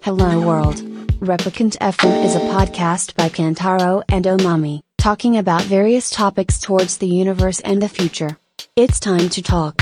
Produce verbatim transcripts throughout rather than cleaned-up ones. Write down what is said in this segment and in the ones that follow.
Hello World. Replicant エフエム is a podcast by Kantaro and Omami, talking about various topics towards the universe and the future. It's time to talk.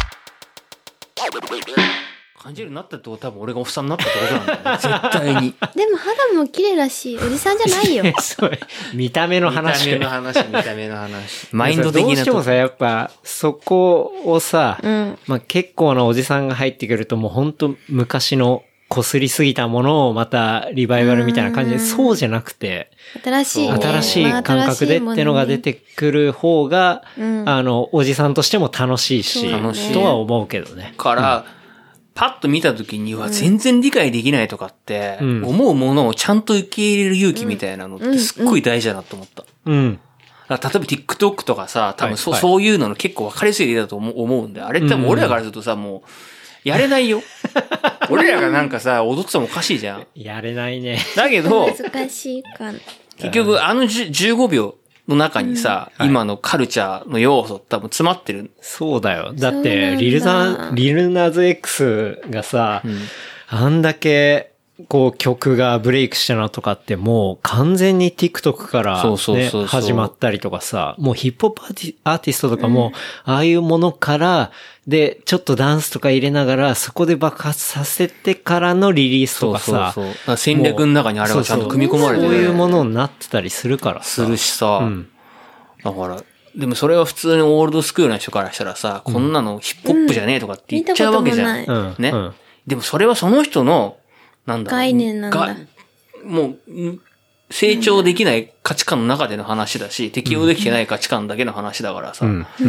感じるようになったってことは多分俺がおっさんになったってことなんだよね。絶対に。 でも肌も綺麗だし、おじさんじゃないよ。 そう見た目の話。 見た目の話、見た目の話。マインド的なとこ。 どうしてもさ、やっぱ、そこをさ、 うん、 まあ結構なおじさんが入ってくるともうほんと昔の擦りすぎたものをまたリバイバルみたいな感じで、そうじゃなくて、 新しい、ね、 新しい感覚でってのが出てくる方が、 うん、 あの、おじさんとしても楽しいし、 楽しいとは思うけどね。 から、うん、パッと見た時には全然理解できないとかって、うん、思うものをちゃんと受け入れる勇気みたいなのってすっごい大事だなと思った。うん。うん、例えば TikTok とかさ、多分そ、はい、そういうのの結構分かりやすい例だと思うんで、あれって多分俺らからするとさ、もう、やれないよ。俺らがなんかさ、踊ってたもおかしいじゃん。 やれないね。 だけど、 難しいかな。 結局あのじゅうごびょうの中にさ、うん、今のカルチャーの要素多分詰まってる。 そうだよ。だって、リルナ、リルナズ X がさ、うん、あんだけ、こう曲がブレイクしたのとかってもう完全に TikTok から、ね、そうそうそうそう始まったりとかさ、もうヒップホップアーティ、アーティストとかも、ああいうものから、で、ちょっとダンスとか入れながら、そこで爆発させてからのリリースとかさ、 そうそうそう戦略の中にあれがちゃんと組み込まれてる。 そういうものになってたりするからさ。 するしさ、うん、だから、でもそれは普通にオールドスクールな人からしたらさ、うん、こんなのヒップホップじゃねえとかって言っちゃうわけじゃん。うん、ね、うん。でもそれはその人の、なんだろう。 概念なんだ。 もう、成長できない価値観の中での話だし、うん、適応できてない価値観だけの話だからさ。うんうん、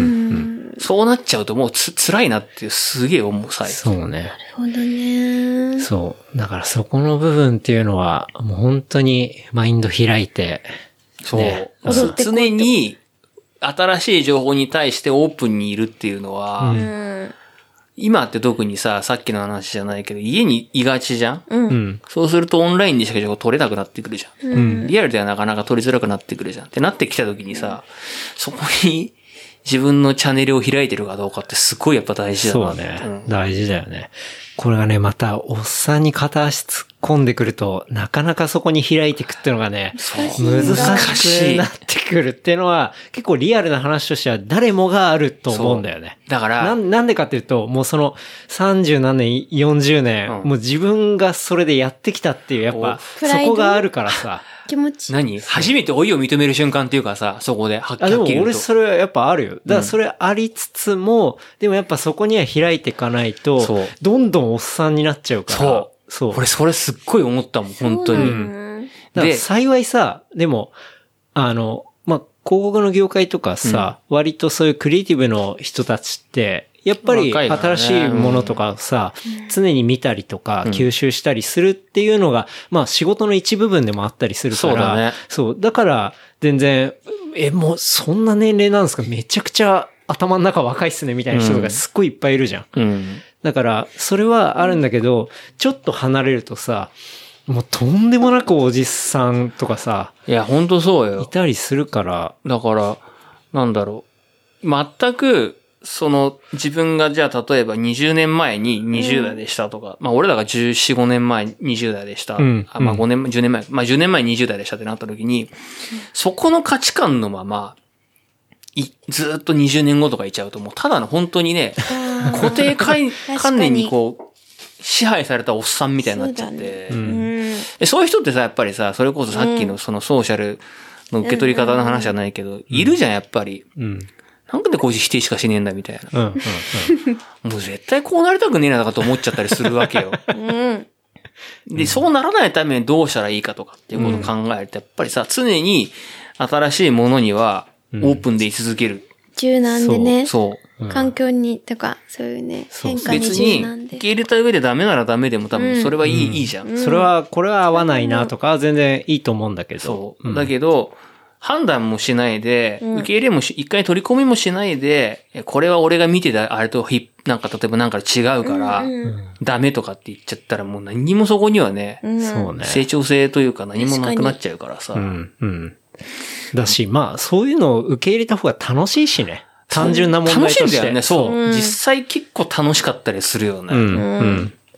そうなっちゃうともうつ、辛いなっていうすげえ思う、最近。 そうね。なるほどね。 そう。だからそこの部分っていうのは、もう本当にマインド開いて、 そう。ね、常に新しい情報に対してオープンにいるっていうのは、うん今って特にさ、さっきの話じゃないけど、家にいがちじゃん、うん、そうするとオンラインでしか情報取れなくなってくるじゃん、うん。リアルではなかなか取りづらくなってくるじゃん。ってなってきた時にさ、そこに自分のチャンネルを開いてるかどうかってすごいやっぱ大事だな。 そうね、うん。大事だよね。これがね、またおっさんに片足突っ込んでくると、なかなかそこに開いていくっていうのがね、難しくなってくるっていうのは、結構リアルな話としては誰もがあると思うんだよね。 だからな、なんでかっていうと、もうそのさんじゅうなんねん、よんじゅうねん、うん、もう自分がそれでやってきたっていう、やっぱ、そこがあるからさ。 気持ち。 何初めて老いを認める瞬間っていうかさ、そこで、はっきり言うと。 あ、でも俺それはやっぱあるよ。だからそれありつつも、うん、でもやっぱそこには開いていかないと、どんどんおっさんになっちゃうから。 そう。そう。俺それすっごい思ったもん、本当に。うん、 だから幸いさ、でも、あの、まあ、広告の業界とかさ、うん、割とそういうクリエイティブの人たちって、やっぱり新しいものとかさ、うん、常に見たりとか吸収したりするっていうのが、うん、まあ仕事の一部分でもあったりするから、 そうだね。 そう。だから全然、え、もうそんな年齢なんですか？めちゃくちゃ頭の中若いっすねみたいな人とかすっごいいっぱいいるじゃん。うん、だからそれはあるんだけど、ちょっと離れるとさ、もうとんでもなくおじさんとかさ、 いやほんとそうよ。 いたりするから。 だから、なんだろう。全く、その、自分がじゃあ例えばにじゅうねんまえににじゅう代でしたとか、うん、まあ俺らがじゅうよん、ごねんまえにじゅう代でした。うん、あまあごねん、じゅうねんまえ、まあじゅうねんまえにじゅう代でしたってなった時に、そこの価値観のまま、い、ずっとにじゅうねんごとかいっちゃうともうただの本当にね、固定観念にこう、支配されたおっさんみたいになっちゃって、そうだね、うん、そういう人ってさ、やっぱりさ、それこそさっきのそのソーシャルの受け取り方の話じゃないけど、うん、いるじゃん、やっぱり。うんなんでこいつ否定しかしねえんだみたいな。うんうんうん、もう絶対こうなりたくねえなとかと思っちゃったりするわけよ。うん、で、そうならないためにどうしたらいいかとかっていうことを考えると、やっぱりさ、常に新しいものにはオープンで居続ける。 柔軟でね。 そう。 そう。環境に、とか、そういうね、変化に柔軟で。 別に受け入れた上でダメならダメでも多分それはいい、うん、いいじゃん、 うん。それは、これは合わないなとか全然いいと思うんだけど。 そう。だけど、判断もしないで、受け入れもし、一回取り込みもしないで、これは俺が見てたあれとひ、なんか例えばなんか違うから、ダメとかって言っちゃったらもう何にもそこにはね、そうね。成長性というか何もなくなっちゃうからさ。うん、うん。 だし、まあ、そういうのを受け入れた方が楽しいしね。単純な問題として。 楽しいんだよね、そう。うん、実際結構楽しかったりするよね。うん。うん。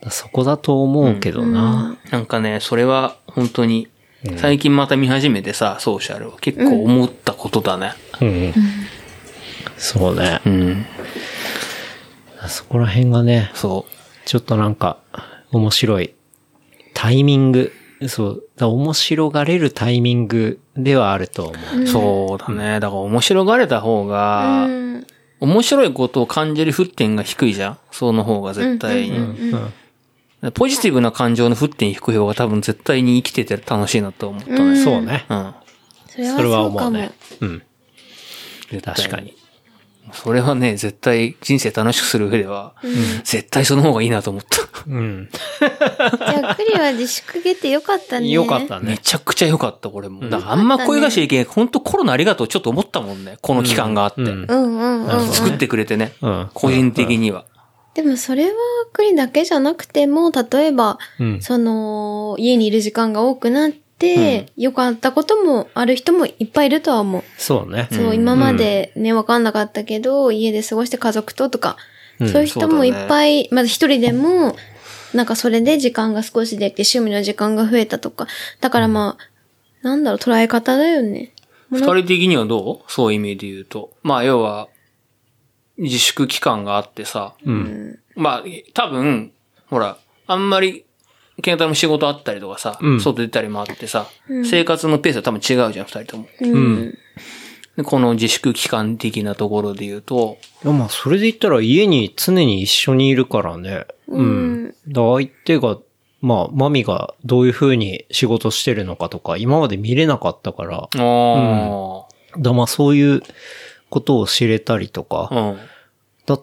そこだと思うけどな。 うん、なんかね、それは本当に、最近また見始めてさ、ソーシャルを結構思ったことだね。 うん。うん、そうね。 うん。 そこら辺がね、 そう。 ちょっとなんか、面白い。タイミング。そう。だ面白がれるタイミングではあると思う。 うん、そうだね。だから面白がれた方が、うん、面白いことを感じる沸点が低いじゃん。その方が絶対に。うんうんうん、ポジティブな感情の沸点低い方が多分絶対に生きてて楽しいなと思ったね。うん、 そうね。 うん。 それはそうかも。それは思うね。 うん。確かに。 それはね、絶対人生楽しくする上では、うん、絶対その方がいいなと思った。うん。 じゃあ、クリは自粛ゲってよかったね。 よかったね。 めちゃくちゃよかった、これも。うん、だからあんま声がしちゃいけない。本当コロナありがとうちょっと思ったもんね。この期間があって。うん、 うんうんうん。 作ってくれてね。うん、個人的には。 でもそれはクリだけじゃなくても、例えば、うん、その、家にいる時間が多くなって、で、良、うん、かったこともある人もいっぱいいるとは思う。 そうね。 そう、うん、今までね、わかんなかったけど、家で過ごして家族ととか、うん、そういう人もいっぱい、ね、まず一人でも、なんかそれで時間が少しできて趣味の時間が増えたとか。だからまあ、うん、なんだろう、捉え方だよね。 二人的にはどう？そういう意味で言うと。まあ、要は、自粛期間があってさ、うん、まあ、多分、ほら、あんまり、ケンタの仕事あったりとかさ、うん、外出たりもあってさ、うん、生活のペースは多分違うじゃん、二人とも。うん、でこの自粛期間的なところで言うと。 いやまあ、それで言ったら家に常に一緒にいるからね。うん。だ相手が、まあ、マミがどういう風に仕事してるのかとか、今まで見れなかったから。ああ、うん。だまあ、そういうことを知れたりとか。うん、だって、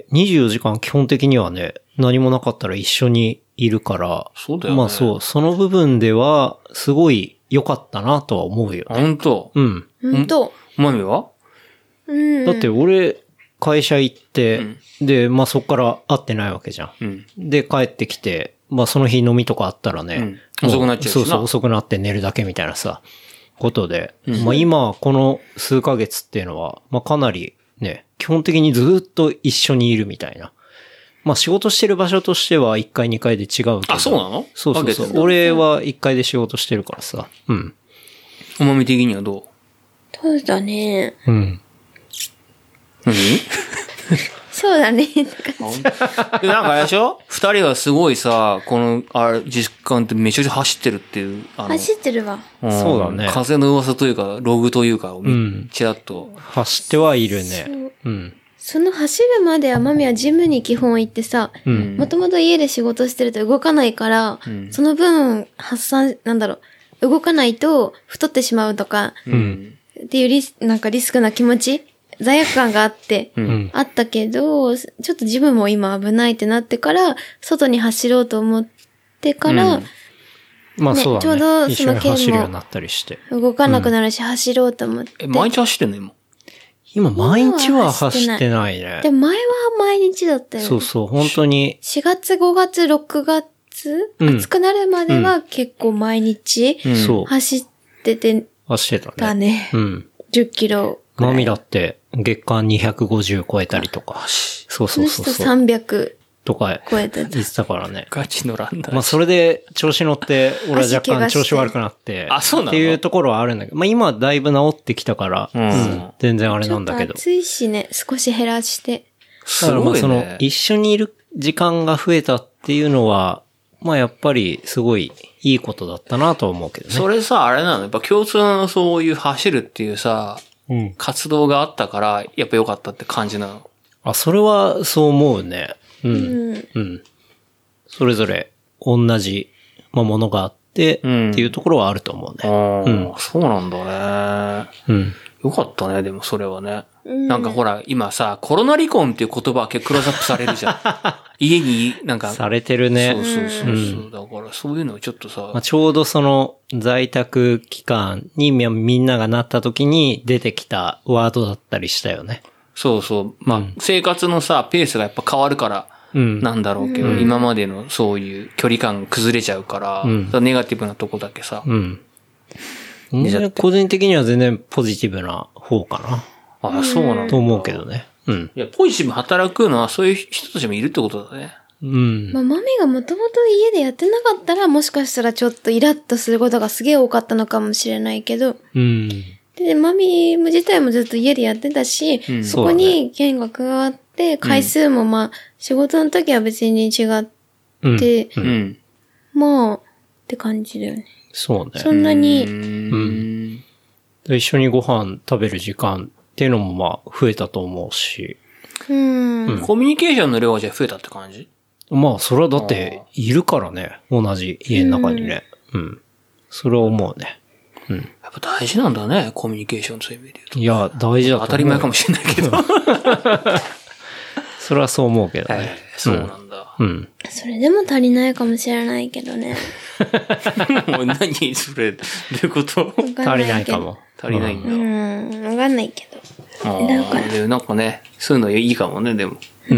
にじゅうよじかん基本的にはね、何もなかったら一緒にいるから。 そうだよね。 まあそう、その部分では、すごい良かったなとは思うよね。 ほんと？ うん。 ほんと？ マミは？ うん。 だって俺、会社行って、うん、で、まあそっから会ってないわけじゃん。うん、で、帰ってきて、まあその日飲みとかあったらね。 うん、遅くなっちゃうしな。 そうそう、遅くなって寝るだけみたいなさ、ことで。うん、まあ今、この数ヶ月っていうのは、まあかなりね、基本的にずっと一緒にいるみたいな。まあ仕事してる場所としてはいっかいにかいで違うけど。 あ、そうなの？ そうそうそう。俺はいっかいで仕事してるからさ。うん。 おまみ的にはどう？ そうだね。 うん。 何？ そうだね。 なんかあれでしょ？二人はすごいさ、この、あれ、時間ってめちゃくちゃ走ってるっていう。あの走ってるわ。 うん。そうだね。 風の噂というか、ログというかを、うん、ちらっと。 走ってはいるね。う。うん。 その走るまではマミはジムに基本行ってさ、もともと家で仕事してると動かないから、うん、その分発散、なんだろう、動かないと太ってしまうとか、うん、っていうリス、なんかリスクな気持ち、罪悪感があって、うん、あったけど、ちょっとジムも今危ないってなってから、外に走ろうと思ってから、うん、 まあそうだね。 ちょうどその件も動かなくなるし、走ろうと思って。 え、毎日走ってんの今？ 今毎日は走ってないね。 でも前は毎日だったよね。 そうそう、本当に。 しがつ、ごがつ、ろくがつ、うん、暑くなるまでは結構毎日、走ってて、うん、 走ってたね。 だね。うん。じゅっキロ。 マミだって月間にひゃくごじゅう超えたりとか。そうそうそうそう。 さんびゃく。 とか超えて言ってたからね。 ガチのランナー。 まあそれで調子乗って、俺は若干調子悪くなって。 あ、そうなの？ っていうところはあるんだけど。まあ今だいぶ治ってきたから、うんうん、全然あれなんだけど。 暑いしね、少し減らして。 だからまあその、一緒にいる時間が増えたっていうのは、まあやっぱりすごいいいことだったなとは思うけどね。 それさ、あれなの？やっぱ共通のそういう走るっていうさ、うん、活動があったから、やっぱ良かったって感じなの？ あ、それはそう思うね。うん。うん。うんそれぞれ同じ、まあ、ものがあって、うん、っていうところはあると思うね。 あうん、そうなんだね。うん。よかったね、でもそれはね。うん、なんかほら、今さ、コロナ離婚っていう言葉は結構クローズアップされるじゃん。家になんか。 されてるね。 そうそうそうそう、うん。だからそういうのをちょっとさ。 まあ、ちょうどその在宅期間にみんながなった時に出てきたワードだったりしたよね。 そうそう。まあ、うん、生活のさ、ペースがやっぱ変わるから、なんだろうけど、うん、今までのそういう距離感崩れちゃうから、うん、ネガティブなとこだけさ。うん。 個人的には全然ポジティブな方かな。 ああ、そうなんだ。 と思うけどね。うん。 いや、ポジティブ働くのはそういう人たちもいるってことだね。 うん。 まあ、マミがもともと家でやってなかったら、もしかしたらちょっとイラッとすることがすげえ多かったのかもしれないけど。 うん。 で、マミ自体もずっと家でやってたし、うん、そこにケンが加わって、回数もまあ、仕事の時は別に違って、うんうん、まあ、って感じだよね。 そうね。 そんなに、うん。一緒にご飯食べる時間っていうのもまあ、増えたと思うし。 うん。 うん、コミュニケーションの量はじゃあ増えたって感じ？ まあ、それはだって、いるからね。同じ家の中にね。うん。うん、それは思うね。うん。 やっぱ大事なんだね、コミュニケーションそういう意味で言うと。 いや、大事だと思う。 当たり前かもしれないけど。 それはそう思うけどね。 はい、そうなんだ。 うん。 それでも足りないかもしれないけどね。 もう何それ、どういうこと足りないかも。 足りないんだ。 うん、わかんないけど。 ああ、でなんかね、そういうのいいかもね、でも。 うん。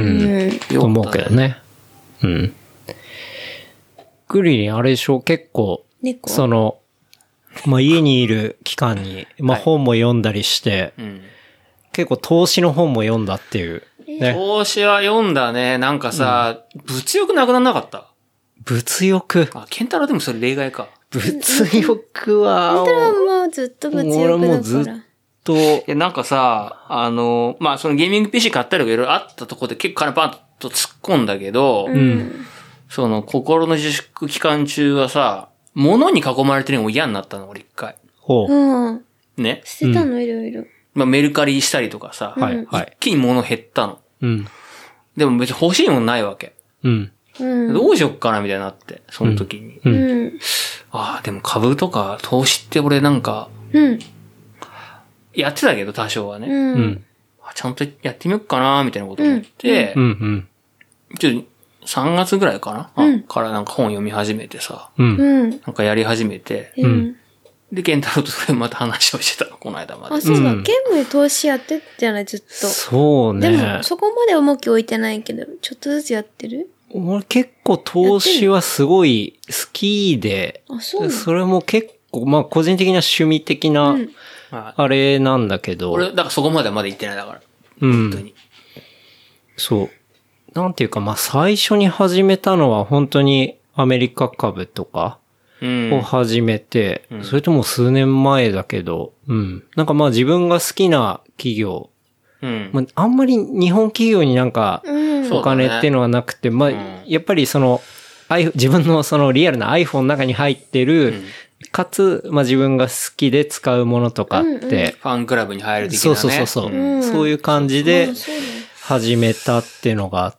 と思うけどね。うん。クリリンあれでしょ、結構、 猫その、まあ、家にいる期間に、まあ、本も読んだりして、はいうん、結構投資の本も読んだっていう、ね。 投資は読んだね。なんかさ、うん、物欲なくならなかった？ 物欲あ、ケンタロウでもそれ例外か。 物欲は、 ケンタロウはもうずっと物欲だから。 俺もずっと。 いや、なんかさ、あの、まあ、そのゲーミング ピーシー 買ったりとかいろいろあったところで結構金パンと突っ込んだけど、 うん、 その心の自粛期間中はさ、物に囲まれてるのも嫌になったの、俺一回。 ほう。 うん。 ね。 捨てたの、いろいろ。 まあ、メルカリしたりとかさ、 はい、はい。 一気に物減ったの。 うん。 でも別に欲しいもんないわけ。 うん。 どうしよっかなみたいになって、その時に。 うん。うん、 ああ、でも株とか投資って俺なんか、 うん。 やってたけど多少はね。 うん。 ちゃんとやってみよっかなみたいなこと思って、 うん。うん。 ちょっとさんがつぐらいかな、 うん、 からなんか本読み始めてさ、 うん。 なんかやり始めて、 うん。 で、ケンタロウとそれまた話をしてたの、この間まで。 あ、そうだ。ケンも投資やってたじゃない、ずっと。 そうね。 でも、そこまで重き置いてないけど、ちょっとずつやってる？ 俺結構投資はすごい好きで、 あ、そうなの？ それも結構、まあ個人的な趣味的な、うん、あれなんだけど。 俺、だからそこまではまだ行ってないだから。 うん。 本当に。 そう。なんていうか、まあ最初に始めたのは本当にアメリカ株とかを始めて、うん、それとも数年前だけど、うん。なんかまあ自分が好きな企業、 うん、 まあ、あんまり日本企業になんかお金っていうのはなくて、うん、まあ、やっぱりその、自分のそのリアルな iPhone の中に入ってる、うん、かつ、まあ自分が好きで使うものとかって、うんうん、ファンクラブに入る的なね。 そうそうそうそう、うん。そういう感じで始めたっていうのがあって、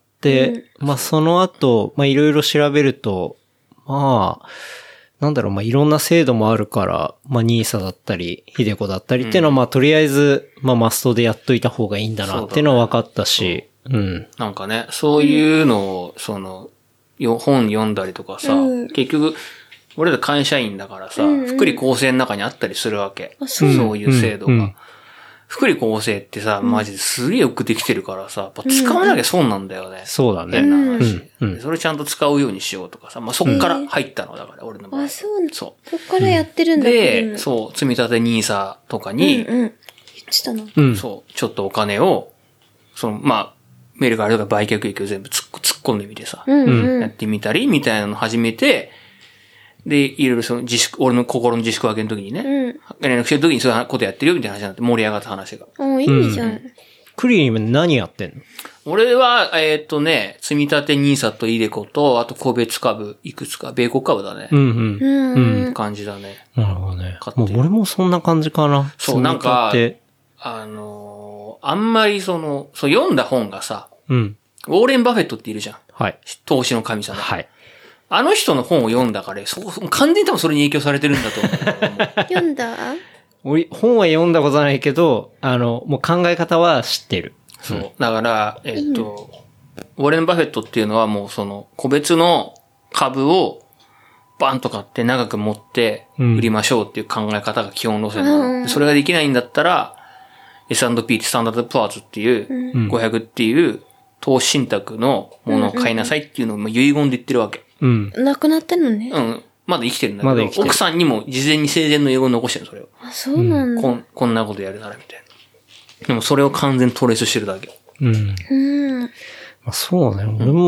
うん、まあその後、まあいろいろ調べると、まあ、なんだろう、まあいろんな制度もあるから、まあニーサだったり、ヒデコだったりっていうのは、うん、まあとりあえず、まあマストでやっといた方がいいんだなっていうのは分かったし、うね、うん。 なんかね、そういうのを、その、本読んだりとかさ、うん、結局、俺ら会社員だからさ、うんうん、福利厚生の中にあったりするわけ。そう、そういう制度が。うんうん、福利厚生ってさ、マジですげえよくできてるからさ、やっぱ使わなきゃ損なんだよね。 うん、そうだね。 変な話、 うんうん。 それちゃんと使うようにしようとかさ、まあ、そっから入ったのだから、俺の場合。 あ、そうなんだ。 そう。 そっからやってるんだ。 で、そう、積み立てニーサとかに、 うんうん、言ってたの。 うん、 そう、ちょっとお金を、その、まあ、メルカリとか売却益を全部突っ込んでみてさ、 うんうん、 やってみたり、みたいなの始めて、で、いろいろその自粛、俺の心の自粛分けの時にね、うん、連絡してる時にそういうことやってるよみたいな話になって盛り上がった話が。 あ、いいじゃん。うん、 クリリン何やってんの？ 俺は、えっ、ー、とね、積み立てニーサとイデコと、あと個別株、いくつか、米国株だね。 うんうん。 うん。 感じだね。 なるほどね。もう俺もそんな感じかな。 そう、なんか、あのー、あんまりその、そう読んだ本がさ、 うん。 ウォーレン・バフェットっているじゃん。 はい。 投資の神様。 はい。 あの人の本を読んだから、そう、完全に多分それに影響されてるんだと思う。 読んだ？ 俺、本は読んだことないけど、あの、もう考え方は知ってる。 そう。だから、えっと、ウォーレン・バフェットっていうのはもうその、個別の株をバンと買って長く持って売りましょうっていう考え方が基本路線なの。うん、それができないんだったら、エスアンドピー ってスタンダードプアーズっていう、ごひゃくっていう投資信託のものを買いなさいっていうのを遺言で言ってるわけ。 うん。 亡くなってんのね。 うん。まだ生きてるんだけど、まだ生きてる。奥さんにも事前に生前の遺言を残してるの、それを。 あ、そうなんだ。 こん、こんなことやるならみたいな。でもそれを完全にトレースしてるだけ。 うん。 うん。 まあ、そうね。俺も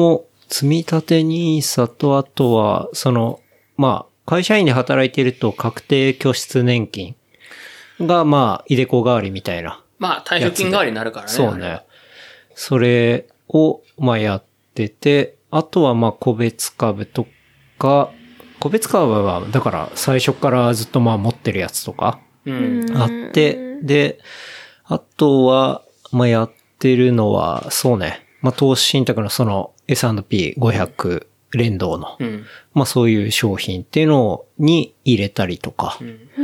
積み立てニーサとあとは、その、まあ、会社員で働いていると確定拠出年金が、まあ、イデコ代わりみたいな。 まあ、退職金代わりになるからね。 そうね。それを、まあ、やってて、あとは、まあ、個別株とか、個別株は、だから、最初からずっとまあ、持ってるやつとか、 うん、 あって、で、あとは、まあ、やってるのは、そうね。まあ、投資信託のその エスアンドピーごひゃく 連動の、うん、まあ、そういう商品っていうのに入れたりとか、うん、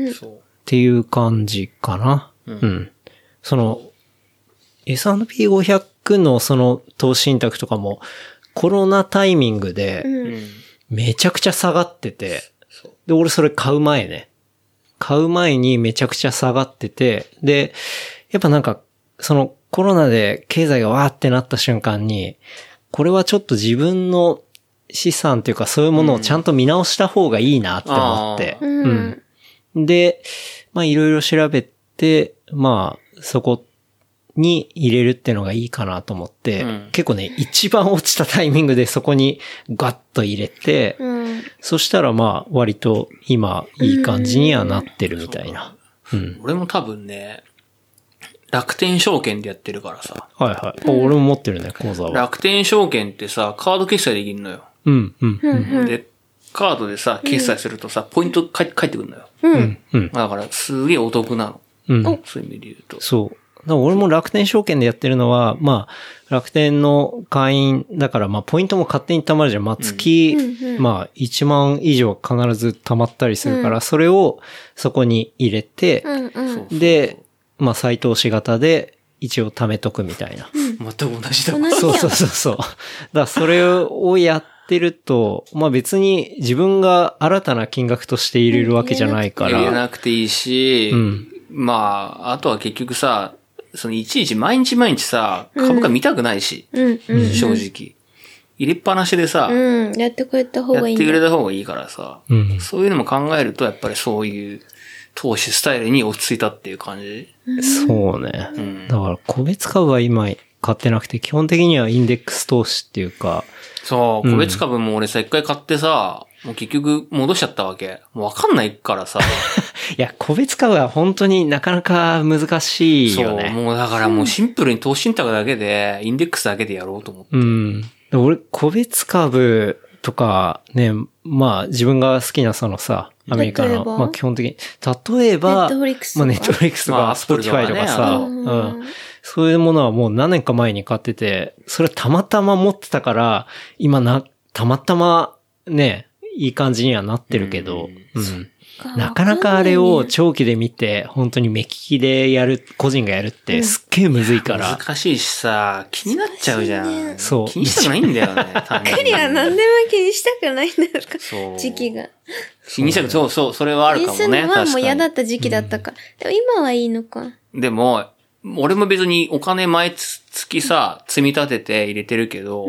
っていう感じかな。うん。うん、その、エスアンドピーごひゃく のその投資信託とかも、コロナタイミングで、めちゃくちゃ下がってて、で、俺それ買う前ね。買う前にめちゃくちゃ下がってて、で、やっぱなんか、そのコロナで経済がわーってなった瞬間に、これはちょっと自分の資産というかそういうものをちゃんと見直した方がいいなって思って。うん。うん、で、まあいろいろ調べて、まあそこに入れるっていうのがいいかなと思って、うん、結構ね、一番落ちたタイミングでそこにガッと入れて、うん、そしたらまあ割と今いい感じにはなってるみたいな。うん、 俺も多分ね、楽天証券でやってるからさ。 はいはい。俺も持ってるね、口座は。 楽天証券ってさ、カード決済できるのよ。 うん、うん、 うん。で、カードでさ、決済するとさ、ポイント返ってくるのよ。 うん、 うん。だから、すげえお得なの。 うん。 そういう意味で言うと。 そう。だから俺も楽天証券でやってるのは、まあ、楽天の会員だから、まあ、ポイントも勝手に貯まるじゃん。まあ、月、うん、まあ、いちまん以上必ず貯まったりするから、うん、それをそこに入れて、 うんうん、 で、まあ、再投資型で、一応貯めとくみたいな。 うん、全く同じだ。 そうそうそうそう。だからそれをやってると、まあ別に自分が新たな金額として入れるわけじゃないから。 入れなくていいし、うん、まあ、あとは結局さ、そのいちいち毎日毎日さ、株価見たくないし、 うんうん、 正直。入れっぱなしでさ、 うん、やってくれた方がいい。 やってくれた方がいいからさ、うん、そういうのも考えるとやっぱりそういう投資スタイルに落ち着いたっていう感じ。 そうね。うん、だから個別株は今買ってなくて、基本的にはインデックス投資っていうか。 そう、個別株も俺さ、一回買ってさ、もう結局戻しちゃったわけ。もうわかんないからさ。 いや、個別株は本当になかなか難しいよね。 そう、もうだからもうシンプルに投資信託だけで、インデックスだけでやろうと思って。 うん。俺、個別株とかね、まあ自分が好きなそのさ、アメリカの、まあ基本的に、例えば、 ネットフリックスまあネットフリックスとか、スポティファイとかさ、うん、そういうものはもう何年か前に買ってて、それたまたま持ってたから、今な、たまたまね、いい感じにはなってるけど、うん、うん、なかなかあれを長期で見て、本当に目利きでやる、個人がやるってすっげえむずいから。 難しいしさ、気になっちゃうじゃん。 そう。 気にしたくないんだよね。 クリは何でも気にしたくないんだよ。そう。時期が。 気にしたく、そうそう、それはあるかもね。 気にするのはもう嫌だった時期だったから。でも今はいいのか。 でも、俺も別にお金毎月さ、積み立てて入れてるけど、うん、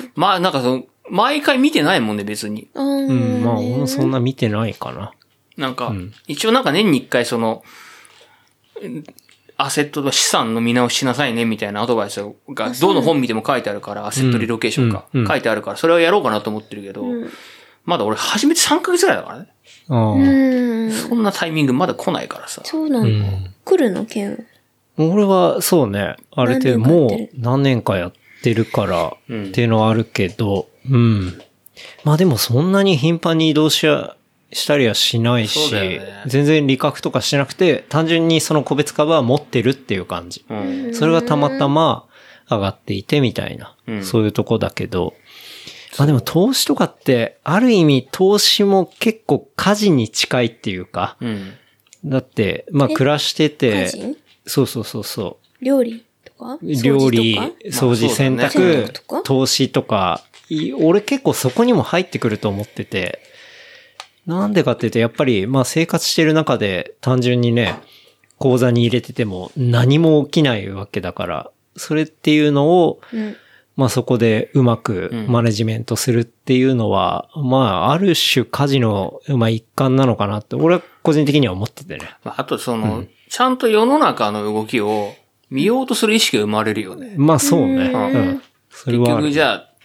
まあなんかその、毎回見てないもんね、別に。 うん、まあ俺もそんな見てないかな。 なんか、うん、一応なんか年に一回その、アセットと資産の見直ししなさいねみたいなアドバイスが、どの本見ても書いてあるから、アセットリロケーションか、うん、書いてあるから、それをやろうかなと思ってるけど、うん、まだ俺始めてさんかげつぐらいだからね。 うんそんなタイミングまだ来ないからさ。 そうなんだ。うん、来るの件俺はそうね、ある程度もう何年かやってるからっていうのはあるけど、うん。うん、まあでもそんなに頻繁に移動しや、したりはしないし、ね、全然利確とかしてなくて、単純にその個別株は持ってるっていう感じ。うん、それがたまたま上がっていてみたいな、うん、そういうとこだけど、まあでも投資とかって、ある意味投資も結構家事に近いっていうか、うん、だって、まあ暮らしてて、そうそうそうそう。 料理とか料理、掃除、洗濯、投資とか、俺結構そこにも入ってくると思ってて、なんでかっていうと、やっぱり、まあ生活してる中で単純にね、口座に入れてても何も起きないわけだから、それっていうのを、うん、まあそこでうまくマネジメントするっていうのは、うん、まあある種家事の、まあ一環なのかなって、俺は個人的には思っててね。 あとその、うん、ちゃんと世の中の動きを見ようとする意識が生まれるよね。 まあそうね。うん。 それは結局じゃあ、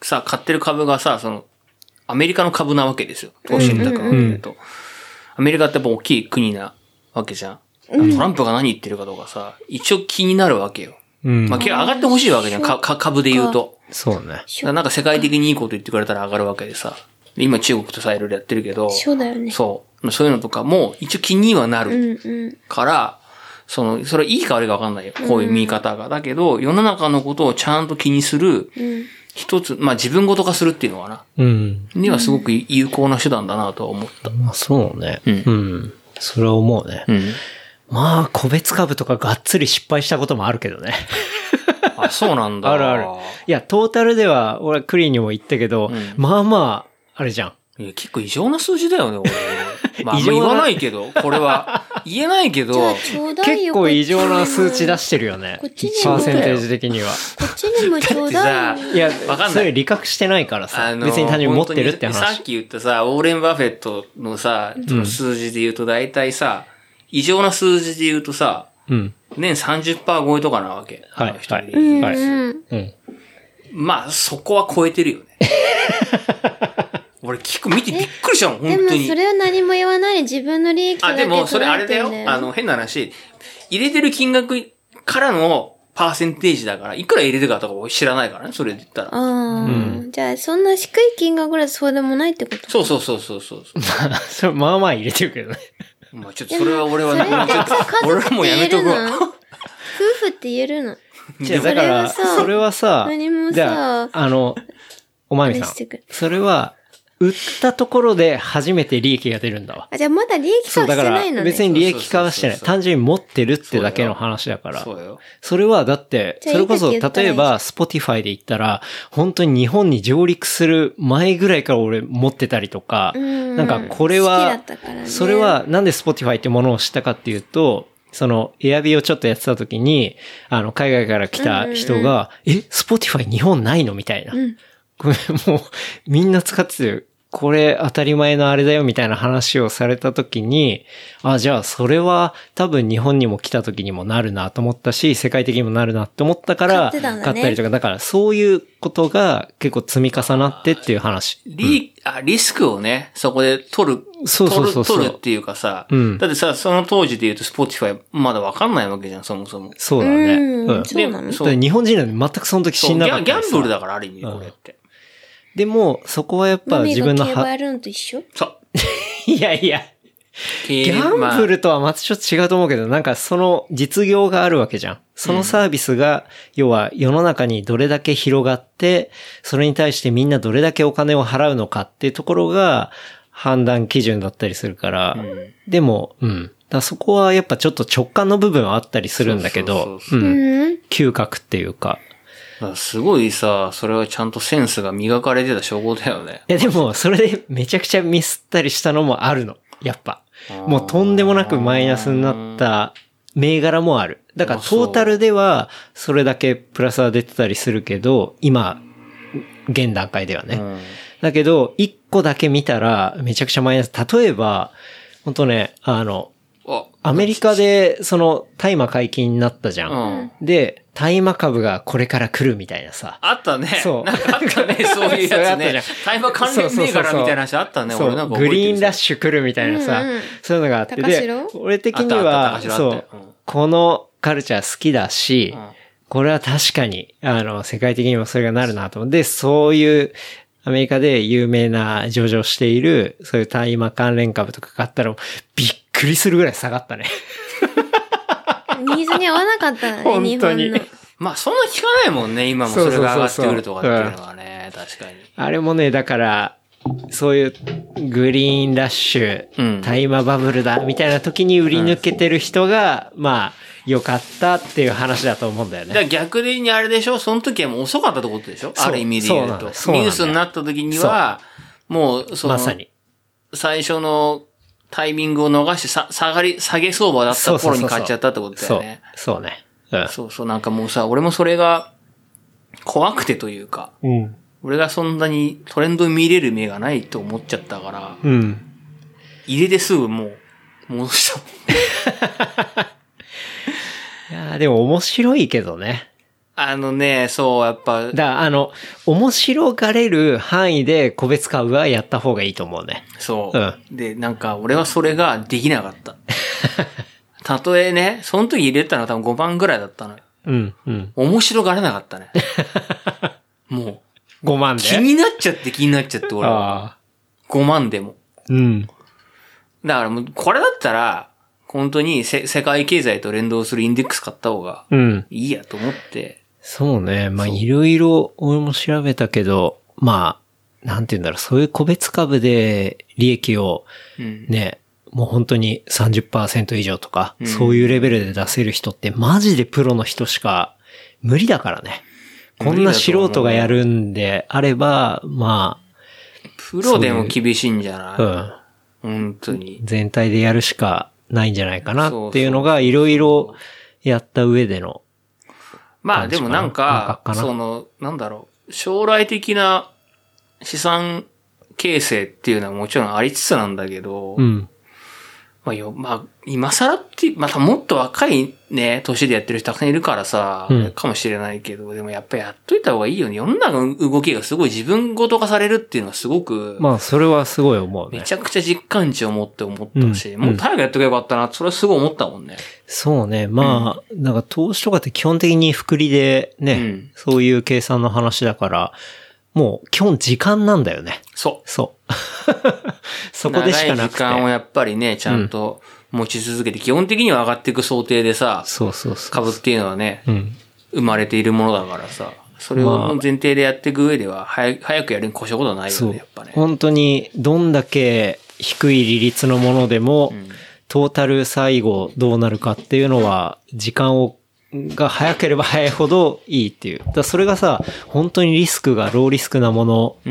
さ、買ってる株がさ、その、アメリカの株なわけですよ。投資信託なんで言うと。アメリカってやっぱ大きい国なわけじゃん。うん、トランプが何言ってるかとかさ、一応気になるわけよ。うん、まあ、上がってほしいわけじゃん。か、か、株で言うと。 そうね。 なんか世界的にいいこと言ってくれたら上がるわけでさ。今中国とさ、いろいろやってるけど。 そうだよね。 そう。そういうのとかも一応気にはなるから、うんうん、その、それいいか悪いか分かんないよ。こういう見方が。だけど、世の中のことをちゃんと気にする、一つ、まあ自分ごと化するっていうのかな。うん。にはすごく有効な手段だなとは思った。 まあそうね。うん。うん。それは思うね。うん。まあ、個別株とかがっつり失敗したこともあるけどね。 あ、そうなんだ。 あるある。いや、トータルでは、俺クリーンにも言ったけど、うん、まあまあ、あれじゃん。 いや、結構異常な数字だよね、俺。まあ、あんま言わないけど、これは。言えないけど、 結構異常な数値出してるよね。こっちにも。パーセンテージ的には。 こっちにもちょうだい。いや、わかんない。それ理覚してないからさ。別に単純に持ってるって話。 さっき言ったさ、オーレン・バフェットのさ、数字で言うと大体さ、異常な数字で言うとさ、うん、年 さんじゅっパーセント 超えとかなわけ。 はい。 一人で。 はい。うん。 まあ、そこは超えてるよね。俺聞く、見てびっくりしたもん、本当に。 でもそれは何も言わないで自分の利益だけあ、でもそれあれだよ。あの、変な話。入れてる金額からのパーセンテージだから、いくら入れてるかとか知らないからね、それで言ったら。 ああ、うん。じゃあ、そんな低い金額ぐらいそうでもないってことそうそうそうそうそう。 それまあまあ入れてるけどね。 まあちょっとそれは俺は、俺はもうやめとくわ。 夫婦って言えるの。 じゃあだから、それはさ、 何もさ、 じゃあ、あの、おまみさん。それは、売ったところで初めて利益が出るんだわ。 あ、じゃあまだ利益化はしてないのね。そう、だから別に利益化はしてない。単純に持ってるってだけの話だから。そうよ。それはだって、それこそ、例えば、Spotify で言ったら、本当に日本に上陸する前ぐらいから俺持ってたりとか、なんかこれは、それはなんで Spotify ってものを知ったかっていうと、その、エアビーをちょっとやってた時に、あの、海外から来た人が、え、Spotify 日本ないのみたいな。これもう、みんな使ってる。これ当たり前のあれだよみたいな話をされた時に、あ、じゃあそれは多分日本にも来た時にもなるなと思ったし、世界的にもなるなって思ったから、買ったりとか、だからそういうことが結構積み重なってっていう話。 リ、うん、あリスクをね、そこで取る、そうそうそうそう取る、取るっていうかさ、うん、だってさ、その当時で言うと Spotify まだわかんないわけじゃん、そもそも。 そうだね。 うん。そうなの？ 日本人なんで全くその時死んなかった。 ギャンブルだからある意味、これって。 でも、そこはやっぱ自分の競馬やるのと一緒？ そう。 いやいや。ギャンブルとはまたちょっと違うと思うけど、なんかその実業があるわけじゃん。そのサービスが、要は世の中にどれだけ広がって、それに対してみんなどれだけお金を払うのかっていうところが判断基準だったりするから、うん、でも、うん。だそこはやっぱちょっと直感の部分はあったりするんだけど、うん。嗅覚っていうか。 すごいさ、それはちゃんとセンスが磨かれてた証拠だよね。 いやでも、それでめちゃくちゃミスったりしたのもあるの。やっぱ。もうとんでもなくマイナスになった銘柄もある。だからトータルではそれだけプラスは出てたりするけど、今、現段階ではね。うん、だけど、一個だけ見たらめちゃくちゃマイナス。例えば、本当ね、あの、アメリカで、その、大麻解禁になったじゃん。うん、で、大麻株がこれから来るみたいなさ。 あったね。そう。なんかあったね、そういうやつね。大麻関連銘柄みたいな話あったね、 俺なんかグリーンラッシュ来るみたいなさ、うんうん、そういうのがあって。で、俺的には、そう、うん、このカルチャー好きだし、うん、これは確かに、あの、世界的にもそれがなるなと思って、そういう、アメリカで有名な上場している、そういう大麻関連株とか買ったら、びっくりするぐらい下がったね。 ニーズに合わなかったね、本当に。 まあ、そんな聞かないもんね、今もそれが上がってくるとかっていうのはね、そうそうそう、確かに。 あれもね、だから、そういうグリーンラッシュ、うん、大麻バブルだ、みたいな時に売り抜けてる人が、うん、まあ、良かったっていう話だと思うんだよね。 だから逆にあれでしょ、その時はもう遅かったってことでしょ、ある意味で言うと。うニュースになった時には、もう、その、まさに。最初のタイミングを逃してさ、下がり、下げ相場だった頃に買っちゃったってことだよね。 そう、そうね。うん、 そうそう、なんかもうさ、俺もそれが怖くてというか、うん、俺がそんなにトレンド見れる目がないと思っちゃったから、うん、入れてすぐもう、戻したもん。 いやでも面白いけどね。 あのね、そう、やっぱ。 だから、あの、面白がれる範囲で個別株はやった方がいいと思うね。 そう。うん。で、なんか、俺はそれができなかった。たとえね、その時入れたのは多分ごばんぐらいだったのよ。 うん、うん。 面白がれなかったね。もう。 ごまんで気になっちゃって気になっちゃって俺は。ごまんでも。 うん。 だからもう、これだったら、本当にせ世界経済と連動するインデックス買った方がいいやと思って。うん、 そうね。まあ、いろいろ俺も調べたけど、まあ、なんて言うんだろう、そういう個別株で利益をね、うん、もう本当に さんじゅっパーセント 以上とか、うん、そういうレベルで出せる人ってマジでプロの人しか無理だからね。こんな素人がやるんであれば、まあ。 プロでも厳しいんじゃない？うん。本当に。 全体でやるしかないんじゃないかなっていうのがいろいろやった上での。 まあでもなんか、その、なんだろう、将来的な資産形成っていうのはもちろんありつつなんだけど、うん。まあよ、まあ、今更って、またもっと若いね、年でやってる人たくさんいるからさ、うん、かもしれないけど、でもやっぱりやっといた方がいいよね。世の中の動きがすごい自分ごと化されるっていうのはすごく、 まあ、それはすごい思うね。 めちゃくちゃ実感値を持って思ったし、うん、もう早くやっとけばよかったな、それはすごい思ったもんね。 そうね。まあ、うん、なんか投資とかって基本的に複利でね、うん、そういう計算の話だから、もう基本時間なんだよね。 そう。 そう。そこでしかなくて。 長い時間をやっぱりね、ちゃんと持ち続けて、うん、基本的には上がっていく想定でさ、 そうそうそう。 株っていうのはね、うん、生まれているものだからさ、それを前提でやっていく上では、早く、早くやるに越したことはないよね、やっぱね。 本当に、どんだけ低い利率のものでも、うん、トータル最後どうなるかっていうのは、時間をが早ければ早いほどいいっていう。だからそれがさ、本当にリスクがローリスクなものを、うん、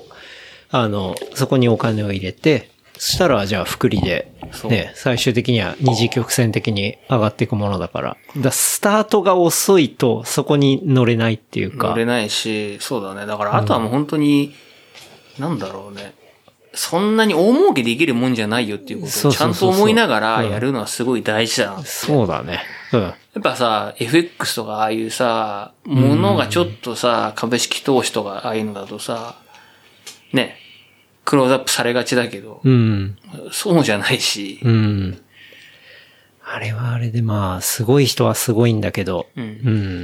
あの、そこにお金を入れて、そしたらじゃあ複利で、ね、最終的には二次曲線的に上がっていくものだから。だからスタートが遅いとそこに乗れないっていうか。 乗れないし、そうだね。だからあとはもう本当に、うん、なんだろうね。そんなに大儲けできるもんじゃないよっていうことをちゃんと思いながらやるのはすごい大事だなって。 そうだね。うん。 やっぱさ、エフエックス とかああいうさ、ものがちょっとさ、株式投資とかああいうのだとさ、ね、クローズアップされがちだけど、うん、そうじゃないし、うん。 あれはあれでまあ、すごい人はすごいんだけど、うん。うん、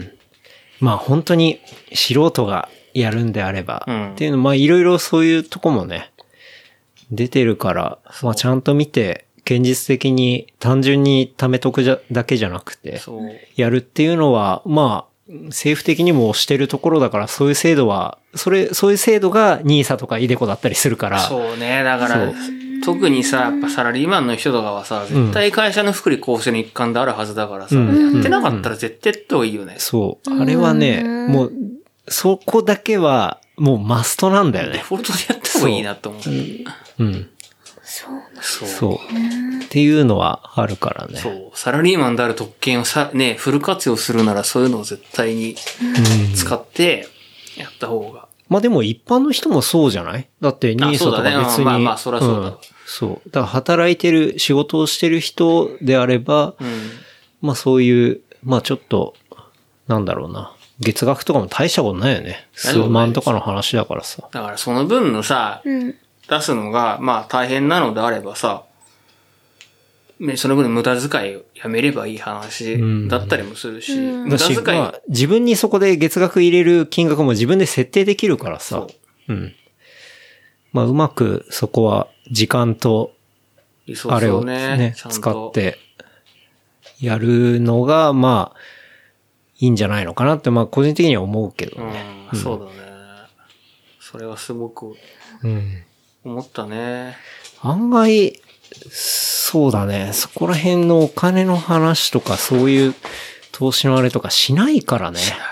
まあ本当に素人がやるんであれば、うん、っていうの、まあいろいろそういうとこもね、出てるから、まあちゃんと見て、現実的に単純に貯めとくじゃだけじゃなくて、やるっていうのは、まあ、政府的にもしてるところだから、そういう制度は、それ、そういう制度がニーサとかイデコだったりするから。 そうね。だから、特にさ、やっぱサラリーマンの人とかはさ、絶対会社の福利厚生の一環であるはずだからさ、うん、やってなかったら絶対やった方がいいよね。うん、 そう。あれはね、もう、そこだけは、もうマストなんだよね。 デフォルトでやった方がいいなと思う。 うん。そうそう。そう。っていうのはあるからね。 そう。サラリーマンである特権をさ、ね、フル活用するならそういうのを絶対に使ってやった方が。 まあでも一般の人もそうじゃない？だってニーサとか別に。 まあまあ、そりゃそうだ、うん。 そう。だから働いてる、仕事をしてる人であれば、うん、まあそういう、まあちょっと、なんだろうな。月額とかも大したことないよね。数万とかの話だからさ。 だからその分のさ、うん出すのが、まあ大変なのであればさ、その分の無駄遣いをやめればいい話だったりもするし、うん、 無駄遣い、まあ、自分にそこで月額入れる金額も自分で設定できるからさ、う。うん。まあうまくそこは時間と、あれをね、ね使ってやるのが、まあ、いいんじゃないのかなって、まあ個人的には思うけどね。 うん、そうだね。それはすごく、うん。思ったね。 案外、そうだね。そこら辺のお金の話とかそういう投資のあれとかしないからね。 しない。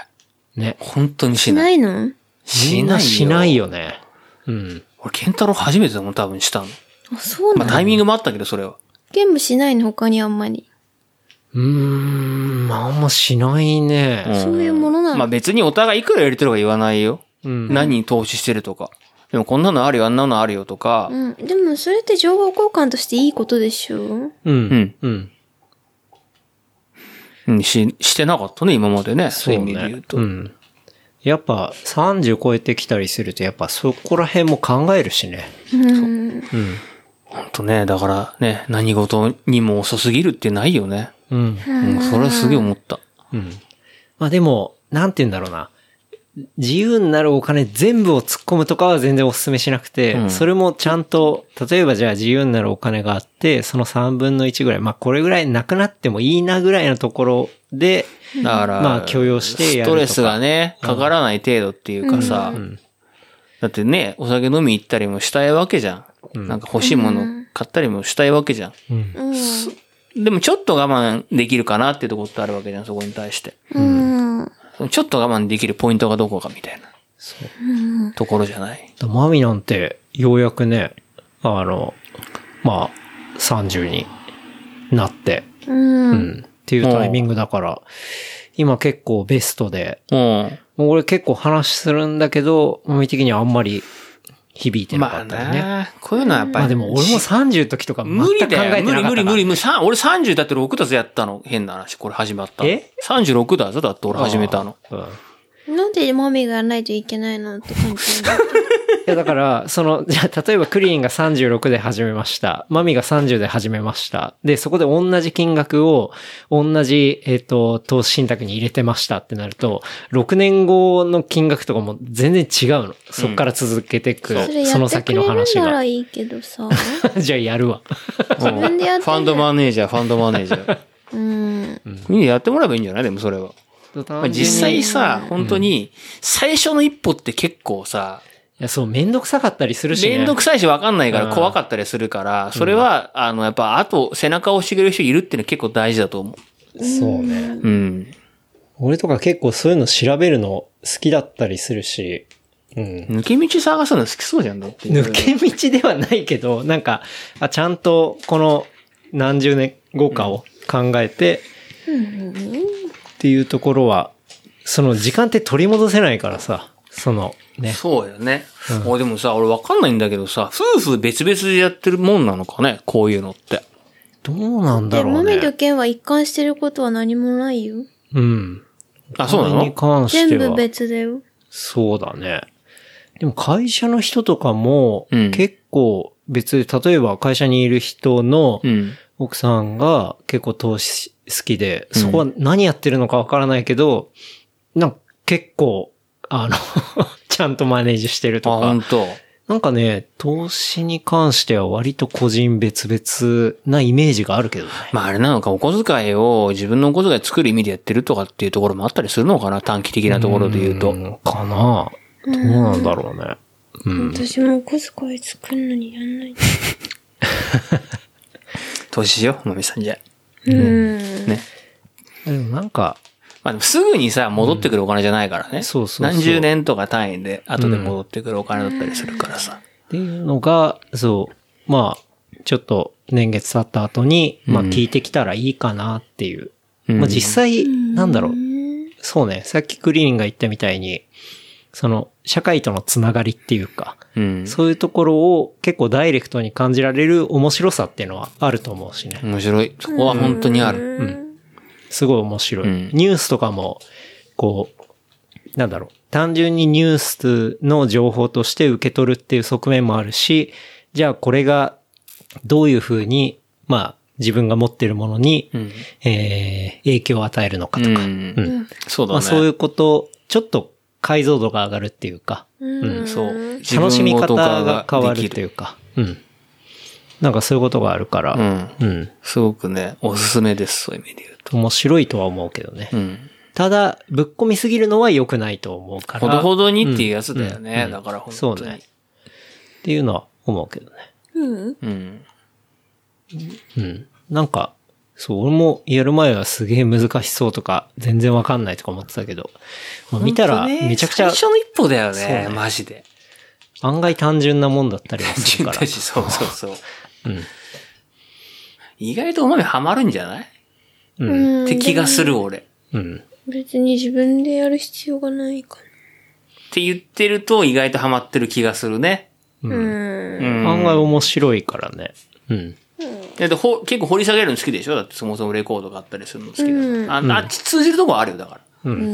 ね。本当にしない。 しないの？ しないよ。しないよね。うん。 俺、ケンタロウ初めてだもん、多分したの。 あ、そうなの？ まあタイミングもあったけど、それは。 ゲームしないの？他にあんまり。 うーん、あんましないね。 うん、そういうものなの？ まあ別にお互いいくら入れてるか言わないよ。うん。何に投資してるとか。でもこんなのあるよ、あんなのあるよとか。 うん。でもそれって情報交換としていいことでしょ？ うん。うん。うん。 うん、し、してなかったね、今までね。そういう意味で言うと。 うん。やっぱさんじゅう超えてきたりすると、やっぱそこら辺も考えるしね。 うん。うん。 ほんとね、だからね、何事にも遅すぎるってないよね。うん。うん、それはすげえ思った。 うん。まあでも、なんて言うんだろうな。自由になるお金全部を突っ込むとかは全然お勧めしなくて、うん、それもちゃんと、例えばじゃあ自由になるお金があって、そのさんぶんのいちぐらい、まあこれぐらいなくなってもいいなぐらいのところで、 だから、 まあ許容してやるとか。 ストレスがね、かからない程度っていうかさ、うん、だってね、お酒飲み行ったりもしたいわけじゃん。うん、なんか欲しいもの買ったりもしたいわけじゃん。うん、でもちょっと我慢できるかなっていうところってあるわけじゃん、そこに対して。うんちょっと我慢できるポイントがどこかみたいな。そう。ところじゃない。 マミなんて、ようやくね、あの、まあ、さんじゅうになって、うん、うん。っていうタイミングだから、今結構ベストで、うん。もう俺結構話するんだけど、マミ的にはあんまり響いてなかったよね。まあね。 こういうのはやっぱり。 まあでも俺もさんじゅうの時とか全く考えてなかったから、ね。 無理無理無理無理。俺さんじゅうだってろくだぜやったの。変な話。これ始まったの。え ?さんじゅうろく だぞだって俺始めたの。 うん、なんでマミがやらないといけないのって感じだった。 いやだから、その、じゃあ例えばクリーンがさんじゅうろくで始めました。マミがさんじゅうで始めました。で、そこで同じ金額を、同じ、えっと、投資信託に入れてましたってなると、ろくねんごの金額とかも全然違うの。そっから続けていく、うん、その先の話が。 それやってくれるならいいけどさ。 じゃあやるわ。 自分でやって。 ファンドマネージャー、ファンドマネージャー。うん。みんなやってもらえばいいんじゃないでもそれは。まあ、実際さ、本当に、最初の一歩って結構さ、 いや、そう、めんどくさかったりするしね。 めんどくさいし分かんないから怖かったりするから、それは、うん、あの、やっぱ、あと、背中を押してくれる人いるっていうのは結構大事だと思う。 そうね。 うん。 俺とか結構そういうの調べるの好きだったりするし、 うん。抜け道探すの好きそうじゃんだって。 抜け道ではないけど、なんか、あ、ちゃんとこの何十年後かを考えて、うん、っていうところは、その時間って取り戻せないからさ、その、ね。 そうよね。うん、おでもさ、俺わかんないんだけどさ、夫婦別々でやってるもんなのかね、こういうのって。 どうなんだろうね。 マミとケンは一貫してることは何もないよ。 うん。 あ、そうなの？ に関しては。 全部別だよ。 そうだね。でも会社の人とかも、結構別で、例えば会社にいる人の奥さんが結構投資好きで、うん、そこは何やってるのかわからないけど、なんか結構、あの、ちゃんとマネージしてるとか。 あ、本当。 なんかね、投資に関しては割と個人別々なイメージがあるけどね。 まああれなのか、お小遣いを自分のお小遣い作る意味でやってるとかっていうところもあったりするのかな、短期的なところで言うと。うかな。どうなんだろうね。 うん、私もお小遣い作るのにやんない。 投資しよう、まみさんじゃ。 うん。 ね。 でもなんか、 まあでもすぐにさ、戻ってくるお金じゃないからね。うん、 そうそうそう。 何十年とか単位で後で戻ってくるお金だったりするからさ。 っていうのが、そう、まあ、ちょっと年月経った後に、まあ聞いてきたらいいかなっていう。うん、まあ実際、なんだろう。そうね、さっきクリーンが言ったみたいに、その、社会とのつながりっていうか、うん、そういうところを結構ダイレクトに感じられる面白さっていうのはあると思うしね。 面白い。そこは本当にある。 うん。すごい面白い。うん、ニュースとかも、こう、なんだろう。単純にニュースの情報として受け取るっていう側面もあるし、じゃあこれがどういうふうに、まあ、自分が持っているものに、うん、えー、影響を与えるのかとか。うん。うん、 そうだね。 まあそういうこと、ちょっと解像度が上がるっていうか、 うん、そう。 楽しみ方が変わるっていうか、うん。なんかそういうことがあるから、うん。 うん。すごくね、おすすめです、そういう意味で言うと。 面白いとは思うけどね。うん。ただ、ぶっ込みすぎるのは良くないと思うから。 ほどほどにっていうやつだよね。うんうん、だから本当に。そうね。 っていうのは思うけどね。 うん。うん。 うん。なんか、そう、俺もやる前はすげえ難しそうとか、全然わかんないとか思ってたけど、もう見たらめちゃくちゃ、 ね、最初の一歩だよね、ねマジで。 案外単純なもんだったりもするから。 単純だし、そうそうそう。うん。意外とお豆ハマるんじゃない？うん。って気がする、俺。 うん。 別に自分でやる必要がないかな。 って言ってると意外とハマってる気がするね。 うん。うん、案外面白いからね。うん。うんででほ結構掘り下げるの好きでしょだってそもそもレコードがあったりするの好きだ、うん、あ, あっち通じるとこあるよ、だから。うん。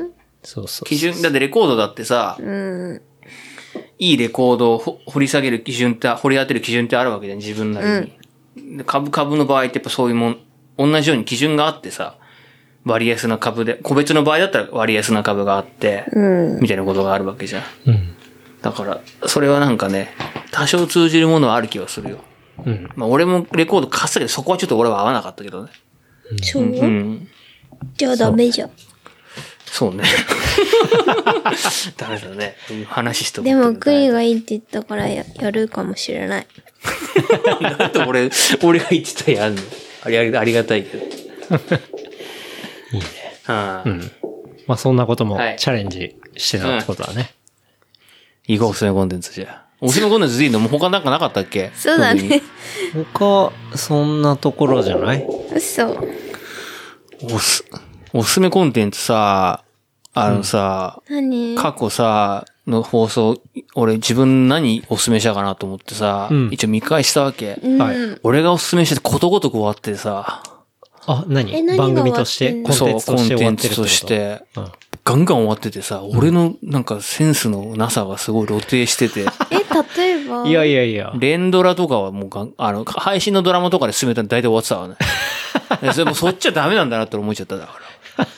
そうそう。 基準、だってレコードだってさ、うん、いいレコードを掘り下げる基準って、掘り当てる基準ってあるわけじゃん、自分なりに。うん、株、株の場合ってやっぱそういうもん、同じように基準があってさ、割安な株で、個別の場合だったら割安な株があって、うん、みたいなことがあるわけじゃん。うん、だから、それはなんかね、多少通じるものはある気はするよ。うん、まあ俺もレコード買ったけど、そこはちょっと俺は合わなかったけどね。 そう、うん、じゃあダメじゃん。 そうね。ダメだね。話しとでも、栗がいいって言ったからや、やるかもしれない。 なんで俺、俺が言ってたらやんのありありがたいけど。いいね。はあ、うん。まあそんなこともチャレンジしてたってことだね。 うん、いいか、おすすめコンテンツじゃ。おすすめコンテンツでいいのもう他なんかなかったっけ？ そうだね。 他、そんなところじゃない？ 嘘。 おす、おすすめコンテンツさ、あのさ、 うん、何？ 過去さ、の放送、俺自分何おすすめしたかなと思ってさ、うん、一応見返したわけ。うん、俺がおすすめしてことごとく終わってさ。 あ、何？何番組としてコンテンツとして終わってるってこと？そう、コンテンツとして。うんガンガン終わっててさ、俺のなんかセンスのなさがすごい露呈してて。 え、例えばいやいやいや。 連ドラとかはもうがん、あの、配信のドラマとかで進めたら大体終わってたわね。でもそっちはダメなんだなって思っちゃっただから。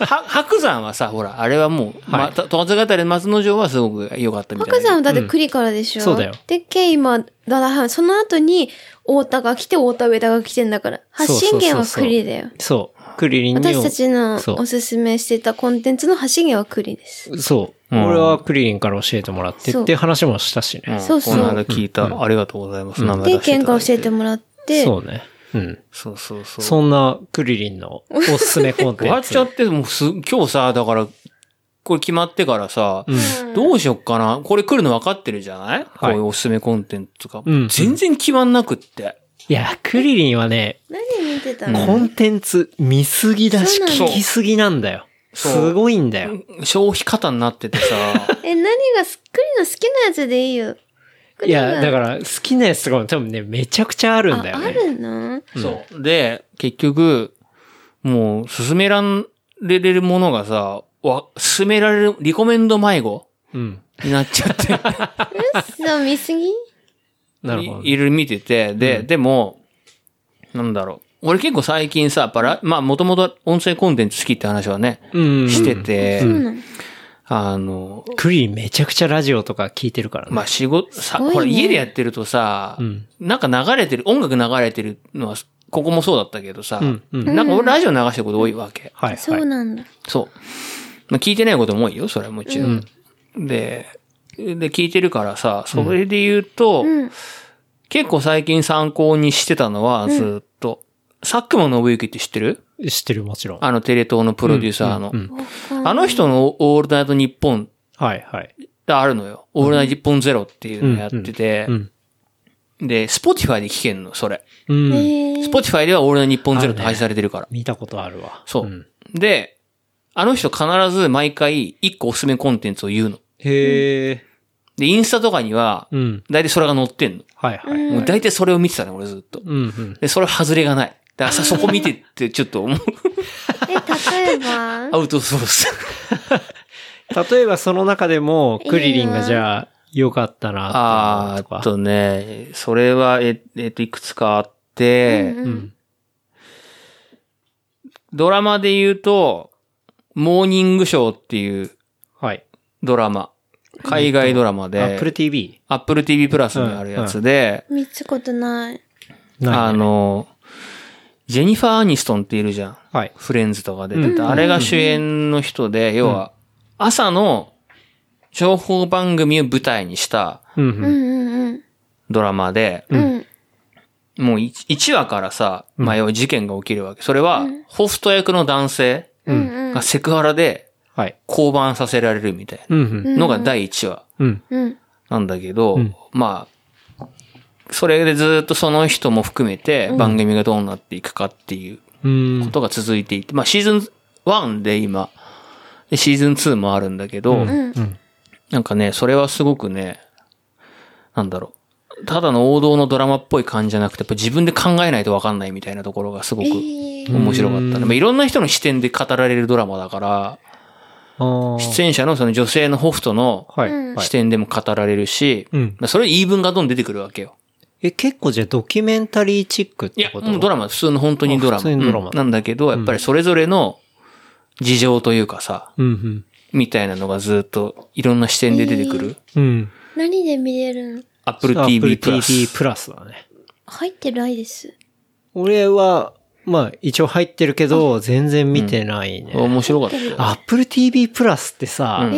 は、白山はさ、ほら、あれはもう、はい、ま、問わず語り松之丞はすごく良かったみたいな。 白山はだって栗からでしょ、うん、 そうだよ。 で、ケイマ、だだ、その後に、太田が来て、太田上田が来てんだから。発信源は栗だよ。 そう。クリリンに私たちのおすすめしてたコンテンツの発信源はクリです。 そう。うん、俺はクリリンから教えてもらってって話もしたしね。 そうそう。この間聞いた、うん。ありがとうございます。 名前出していただいて。で、ケンから教えてもらって。 そうね。うん。 そうそうそう。 そんなクリリンのおすすめコンテンツ。 終わっちゃって、もうす、今日さ、だから、これ決まってからさ、うん、どうしよっかな。これ来るの分かってるじゃない、はい、こういうおすすめコンテンツとか。うん、全然決まんなくって。 いや、クリリンはね、 何見てたの？ コンテンツ見すぎだし、聞きすぎなんだよ。すごいんだよ。 消費方になっててさ。 え、何がすっくりの好きなやつでいいよ。 いや、だから好きなやつとかも多分ね、めちゃくちゃあるんだよね。 あ、あるの？ そう。で、結局、もう、勧められるものがさ、わ、勧められる、リコメンド迷子うん。になっちゃって。 嘘、見すぎ？ なるほど。いろいろ見てて、で、うん、でも、なんだろう。俺結構最近さ、パラ、まあもともと音声コンテンツ好きって話はね、うん、してて、うんうん、あの、 クリーンめちゃくちゃラジオとか聞いてるからね。 まあ仕事、さ、ね、ほら家でやってるとさ、うん、なんか流れてる、音楽流れてるのは、ここもそうだったけどさ、うんうん、なんか俺ラジオ流してること多いわけ。 はい、はい。そうなんだ。 そう。まあ聞いてないことも多いよ、それはもちろん。うん、で、で、聞いてるからさ、それで言うと、うん、結構最近参考にしてたのは、ずっと、うん、佐久間信之って知ってる？ 知ってる、もちろん。 あの、テレ東のプロデューサーの。うんうんうん、あの人のオールナイトニッポン。 はいはい。 あるのよ。オールナイトニッポンゼロっていうのをやってて、うんうん、で、スポティファイで聞けんの、それ。うん、スポティファイではオールナイトニッポンゼロって配信されてるから。ね、 見たことあるわ。 そう、うん。で、あの人必ず毎回一個おすすめコンテンツを言うの。 へー。 で、インスタとかには、だいたいそれが載ってんの。 はいはい。 もうだいたいそれを見てたね、俺ずっと。うんうん、で、それ外れがない。だからさ、そこ見てってちょっと思う。 え、例えばアウトソース。 例えばその中でも、クリリンがじゃあ、良かったなあーっとね、それは、え、えっと、いくつかあって、うんうん、ドラマで言うと、モーニングショーっていうドラマ。はい海外ドラマで。 Apple ティーブイ。 Apple ティーブイ プラスにあるやつで。 見たことない。 あの、ジェニファー・アニストンっているじゃん。はい。フレンズとか出てた。うん、あれが主演の人で、うん、要は、朝の情報番組を舞台にしたドラマで、うん、もういちわからさ、まあ要は事件が起きるわけ。それは、ホスト役の男性がセクハラで、はい。降板させられるみたいなのがだいいちわなんだけど、うん、まあ、それでずっとその人も含めて番組がどうなっていくかっていうことが続いていて、まあシーズンワンで今、でシーズンツーもあるんだけど、うん、なんかね、それはすごくね、なんだろただの王道のドラマっぽい感じじゃなくて、やっぱ自分で考えないと分かんないみたいなところがすごく面白かったね。えー、まあ、いろんな人の視点で語られるドラマだから、出演者のその女性のホフトの視点でも語られるし、はいはい、まあ、それ言い分がどんどん出てくるわけよ。 え、結構じゃあドキュメンタリーチックってこと？ いや、もうドラマ、普通の本当にドラマ。普通にドラマ、うん。なんだけど、やっぱりそれぞれの事情というかさ、うんうん、みたいなのがずっといろんな視点で出てくる。 えー、うん。何で見れるの？ Apple ティーブイ プラス。 Apple ティーブイ プラスだね。 入ってないです。 俺は、まあ一応入ってるけど、全然見てないね。 うん、面白かったよ。 Apple ティーブイ プラスってさ、うん、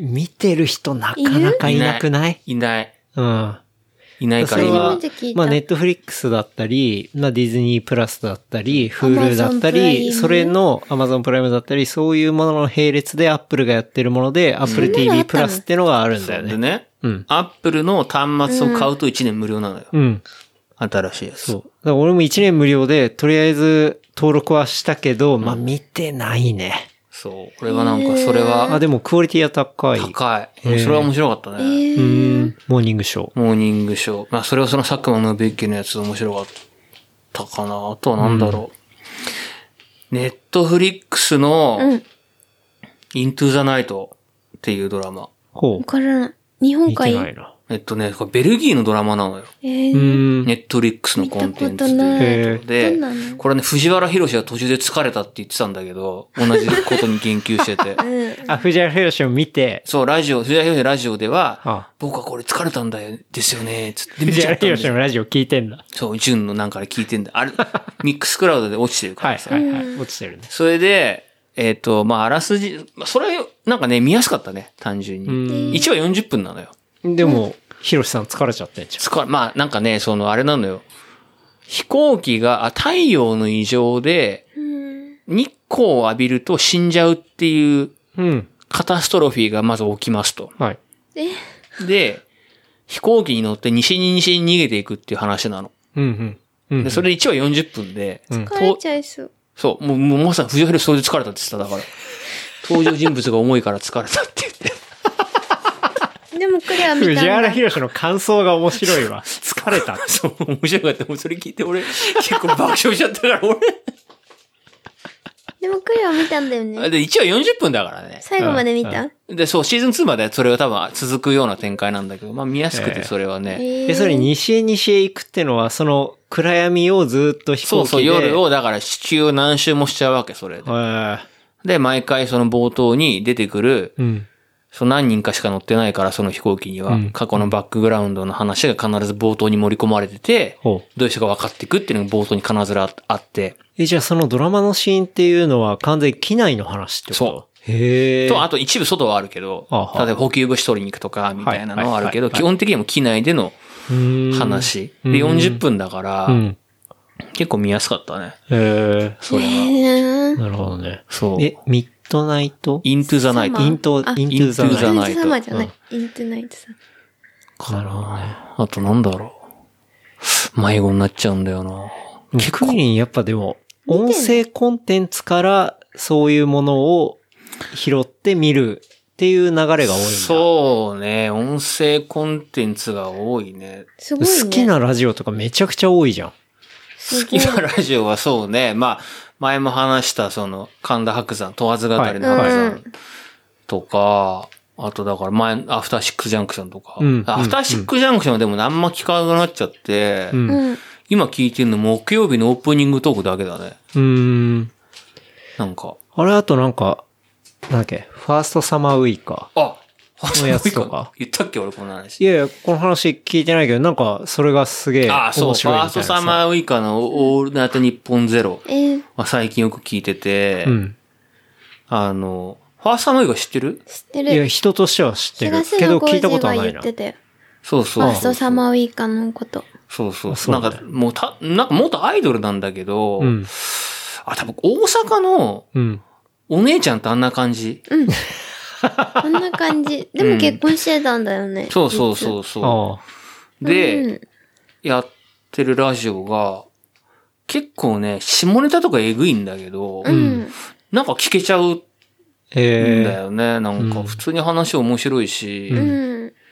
見てる人なかなかいなくない？ いない。 うん。 いないから今。 まあ、ネットフリックスだったり、まあ、ディズニープラスだったり、Hulu だったり、それの Amazon プライムだったり、そういうものの並列で Apple がやってるもので、Apple ティーブイ プラスっていうのがあるんだよね。 でね。うん。Apple の端末を買うといちねん無料なのよ。うん。新しいやつ。 そう。だから俺もいちねん無料で、とりあえず登録はしたけど、うん、まあ、見てないね。 そう。これはなんか、それは。 あ、でもクオリティは高い。 高い。それは面白かったね。えー、うん。モーニングショー。 モーニングショー。まあ、それはその佐久間のベッキーのやつ面白かったかな。あとはなんだろう。ネットフリックスの、イントゥザナイトっていうドラマ。 ほう。 わからない。日本海。 見てないな。 えっとね、これベルギーのドラマなのよ。 えー、 ネットフリックスのコンテンツで。で、これね、藤原宏が途中で疲れたって言ってたんだけど、同じことに言及してて。 うん、 あ、藤原宏を見て。 そう、ラジオ、藤原宏のラジオでは、あ僕はこれ疲れたんだよ、ですよね、つって。 藤原宏のラジオ聞いてんだ。 そう、ジュンのなんかで聞いてんだ。あれ、ミックスクラウドで落ちてるからさ。 はいはいはい、落ちてるね。 それで、えっと、まあ、あらすじ、それ、なんかね、見やすかったね、単純に。いちわよんじゅっぷんなのよ。 でも、ヒロシさん疲れちゃってんじゃん。 疲れ、まあなんかね、そのあれなのよ。飛行機が、あ、太陽の異常で、日光を浴びると死んじゃうっていう、カタストロフィーがまず起きますと。 はい。 で、飛行機に乗って西に西に逃げていくっていう話なの。 うんうんうん、 でそれでいちわよんじゅっぷんで、 疲れちゃいそう。 そう、もう、もうまさに藤原それで疲れたって言ってた、だから。登場人物が重いから疲れたって言って。 でもクレア見たんだ。 藤原宏の感想が面白いわ。疲れた。 そう、面白かった。もうそれ聞いて俺、結構爆笑しちゃったから、俺。 でもクレア見たんだよね。 で、いちわよんじゅっぷんだからね。 最後まで見た、 うん、で、そう、シーズンツーまでそれは多分続くような展開なんだけど、まあ見やすくてそれはね。 えー、 で、それ西へ西へ行くってのは、その暗闇をずっと飛行機で。 そうそう、夜を、だから地球を何周もしちゃうわけ、それで。 えー、 で、毎回その冒頭に出てくる、うん、そう何人かしか乗ってないから、その飛行機には、過去のバックグラウンドの話が必ず冒頭に盛り込まれてて、うん、どういう人が分かっていくっていうのが冒頭に必ずあって。 え、じゃあそのドラマのシーンっていうのは完全に機内の話ってこと？ そう。 へー。 と、あと一部外はあるけど、例えば補給物資取りに行くとか、みたいなのはあるけど、基本的にも機内での話。で、よんじゅっぷんだから、うん、結構見やすかったね。 へー。 それは。 なるほどね。 そう。 え、ミッドナイト？ イントゥザナイト。 イント、イントゥザナイト。 イントゥザナイト。イントゥザナイトじゃない。イントゥナイトさ。 かな。あとなんだろう。迷子になっちゃうんだよな。 クイリンやっぱでも、音声コンテンツからそういうものを拾って見るっていう流れが多いんだ。 そうね。音声コンテンツが多いね。 すごいね。 好きなラジオとかめちゃくちゃ多いじゃん。 好きなラジオはそうね。まあ、前も話したその神田伯山、問わず語りの伯山とか、はい、あとだから前、アフターシックスジャンクションとか。うん、アフターシックスジャンクションはでもあんま聞かなくなっちゃって、うん、今聞いてるの木曜日のオープニングトークだけだね。 うーん。 なんか。 あれあとなんか、なんだっけ、ファーストサマーウイカー。 あのやつとか。 言ったっけ俺この話。 いやいや、この話聞いてないけど、なんか、それがすげえ面白いみたいな。あ、そう、 ファーストサマーウイカのオールナイトニッポンゼロは最近よく聞いてて、うん、あの、ファーストサマーウイカ知ってる？ 知ってる。 いや、人としては知ってる。けど聞いたことはないな。 そうそう。 ファーストサマーウイカのこと。 そうそうそう。なんか、もうた、なんか元アイドルなんだけど、うん、あ、多分大阪の、お姉ちゃんってあんな感じ。 うん。こんな感じ。でも結婚してたんだよね。 うん、そうそうそうそう。で、うん、やってるラジオが、結構ね、下ネタとかえぐいんだけど、うん、なんか聞けちゃうんだよね。 えー、 なんか普通に話面白いし、 うん、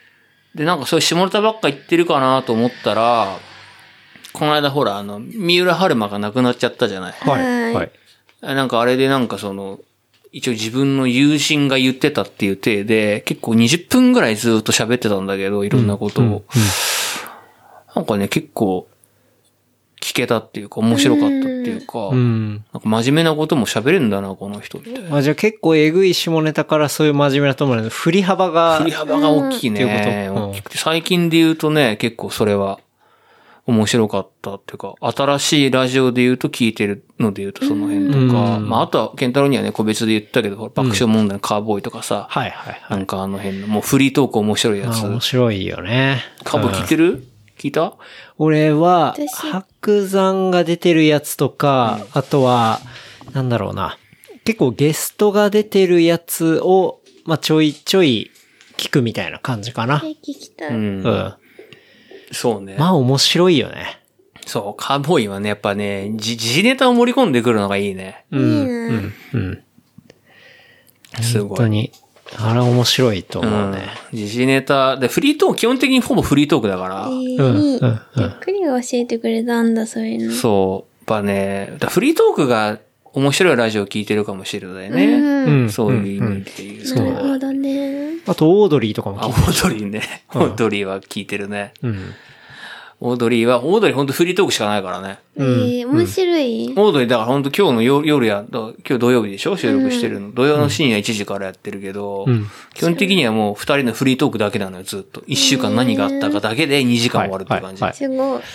で、なんかそういう下ネタばっか言ってるかなと思ったら、この間ほら、あの、三浦春馬が亡くなっちゃったじゃない。 はい。はい。 なんかあれでなんかその、一応自分の友人が言ってたっていう体で、結構にじゅっぷんぐらいずっと喋ってたんだけど、いろんなことを。うんうんうん、なんかね、結構、聞けたっていうか、面白かったっていうか、うん、なんか真面目なことも喋れるんだな、この人みたいな。 あ、じゃあ結構えぐい下ネタからそういう真面目なところで、振り幅が。 振り幅が大きいね。うん、大きくて、最近で言うとね、結構それは面白かったっていうか、新しいラジオで言うと聞いてるので言うとその辺とか、まああとは、ケンタロウにはね、個別で言ったけど、爆笑問題のカーボーイとかさ、 はいはいはい。 なんかあの辺の、もうフリートーク面白いやつ。 面白いよね。 カーボーイ聞いてる？聞いた？ 俺は、白山が出てるやつとか、うん、あとは、なんだろうな。結構ゲストが出てるやつを、まあ、ちょいちょい聞くみたいな感じかな。 聞きたい。 うん。うん。そうね。 まあ面白いよね。 そう、カーボーイはね、やっぱね、じ、時ネタを盛り込んでくるのがいいね。 うん。うん。うん。すごい。本当に。あれ面白いと思うね。 うん、時事ネタ。で、フリートーク、基本的にほぼフリートークだから。 えー、うん。いい。ゆっくり教えてくれたんだ、そういうの。 そう。やっぱね、フリートークが面白いラジオを聞いてるかもしれないね。うん。そういう意味で言うと。 なるほどね。 あと、オードリーとかも聞いてる。 あ、オードリーね。オードリーは聞いてるね。うん。オードリーは、オードリーほんとフリートークしかないからね。 えー、面白い、 うん、オードリーだからほんと今日の夜夜や、今日土曜日でしょ収録してるの。うん、土曜の深夜いちじからやってるけど、うん、基本的にはもう二人のフリートークだけなのよ、ずっと。一週間何があったかだけでにじかん終わるって感じ。 すごい。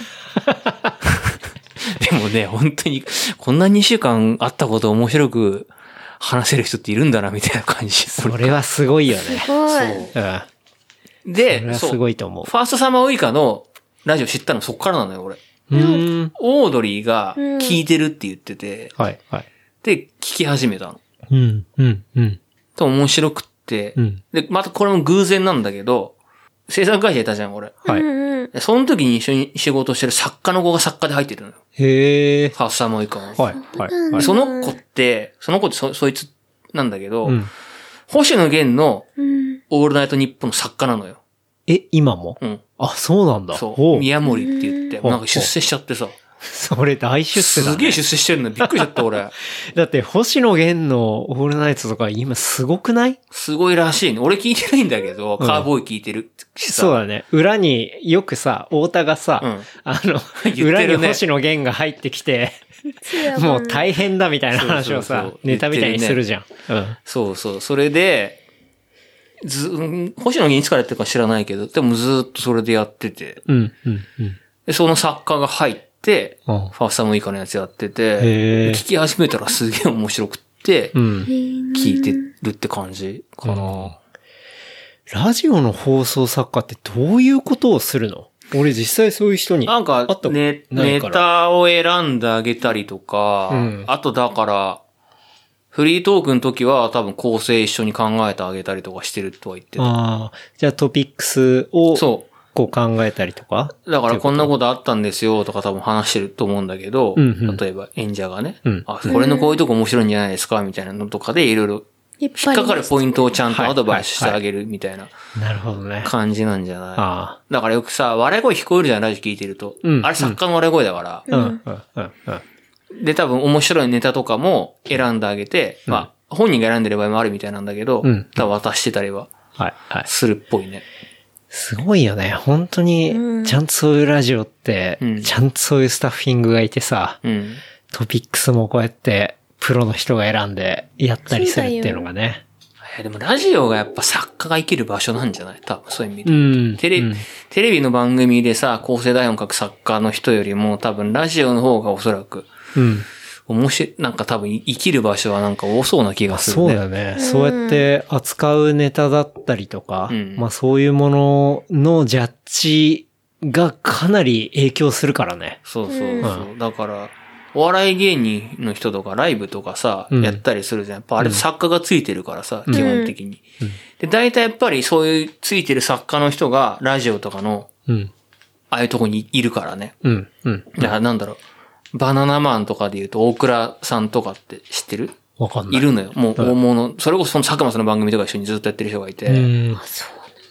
でもね、本当に、こんなにしゅうかんあったことを面白く話せる人っているんだな、みたいな感じ。 それはすごいよね。 すごい。そう。 うん、で、 それはすごいと思う。 ファーストサマーウイカのラジオ知ったのそっからなのよ、俺。 うん。 オードリーが聞いてるって言ってて、 うん、はい、はい。 で、聞き始めたの。 うん、うん、うん。 と面白くって、うん、で、またこれも偶然なんだけど、制作会社いたじゃん、俺。 はい。 でその時に一緒に仕事してる作家の子が作家で入ってるのよ。 へえ。 ファーストサマーウイカの。 はい、はい。はい、 その子って、その子ってそ、そいつなんだけど、うん、星野源のオールナイトニッポンの作家なのよ。 え、今も？ うん。 あ、そうなんだ。 そう。宮森って言って、なんか出世しちゃってさ。 それ大出世だね。 すげえ出世してるのびっくりしちゃった俺。 だって星野源のオールナイトとか今すごくない？ すごいらしいね。俺聞いてないんだけど、うん、カーボーイ聞いてるしさ。 そうだね。裏によくさ、太田がさ、うん、あの、ね、裏に星野源が入ってきて、もう大変だみたいな話をさ、そうそうそうネタみたいにするじゃん。うん、 そうそう。それで、ず、星野源いつからやってるか知らないけど、でもずっとそれでやってて。 うん、うん、うん。 で、その作家が入って、うん、ファーストサマーウイカのやつやってて、聞き始めたらすげえ面白くって、うん、聞いてるって感じかな、うん。 ラジオの放送作家ってどういうことをするの？俺実際そういう人になんかネ、ネタを選んであげたりとか、うん、あとだから、フリートークの時は多分構成一緒に考えてあげたりとかしてるとは言ってた。 ああ。じゃあトピックスをこう考えたりとかだからこんなことあったんですよとか多分話してると思うんだけど、うんうん、例えば演者がね、うん、あ、これのこういうとこ面白いんじゃないですかみたいなのとかでいろいろ引っかかるポイントをちゃんとアドバイスしてあげるみたいな感じなんじゃない、はいはいはい、だからよくさ、笑い声聞こえるじゃん、ラジオ聞いてると。うん、あれ作家の笑い声だから。うんうんうんうんで、多分面白いネタとかも選んであげて、うん、まあ、本人が選んでる場合もあるみたいなんだけど、うん、多分渡してたりは、はい、はい。するっぽいね。 すごいよね。本当に、ちゃんとそういうラジオって、うん、ちゃんとそういうスタッフィングがいてさ、うん、トピックスもこうやって、プロの人が選んでやったりするっていうのがね。 でもラジオがやっぱ作家が生きる場所なんじゃない？多分そういう意味で。うん、テレビ、うん、テレビの番組でさ、構成台本書く作家の人よりも多分ラジオの方がおそらく、うん。面白い、なんか多分生きる場所はなんか多そうな気がするね。 そうだね。そうやって扱うネタだったりとか、うん、まあそういうもののジャッジがかなり影響するからね。 そうそうそう。うん、だから、お笑い芸人の人とかライブとかさ、うん、やったりするじゃん。やっぱあれ作家がついてるからさ、うん、基本的に。うん、で、大体やっぱりそういうついてる作家の人がラジオとかの、うん、ああいうとこにいるからね。うん。うん。だからなんだろう。バナナマンとかで言うと大倉さんとかって知ってる？ わかんない。 いるのよ。もう大物。それこそその佐久間さんの番組とか一緒にずっとやってる人がいて。うん。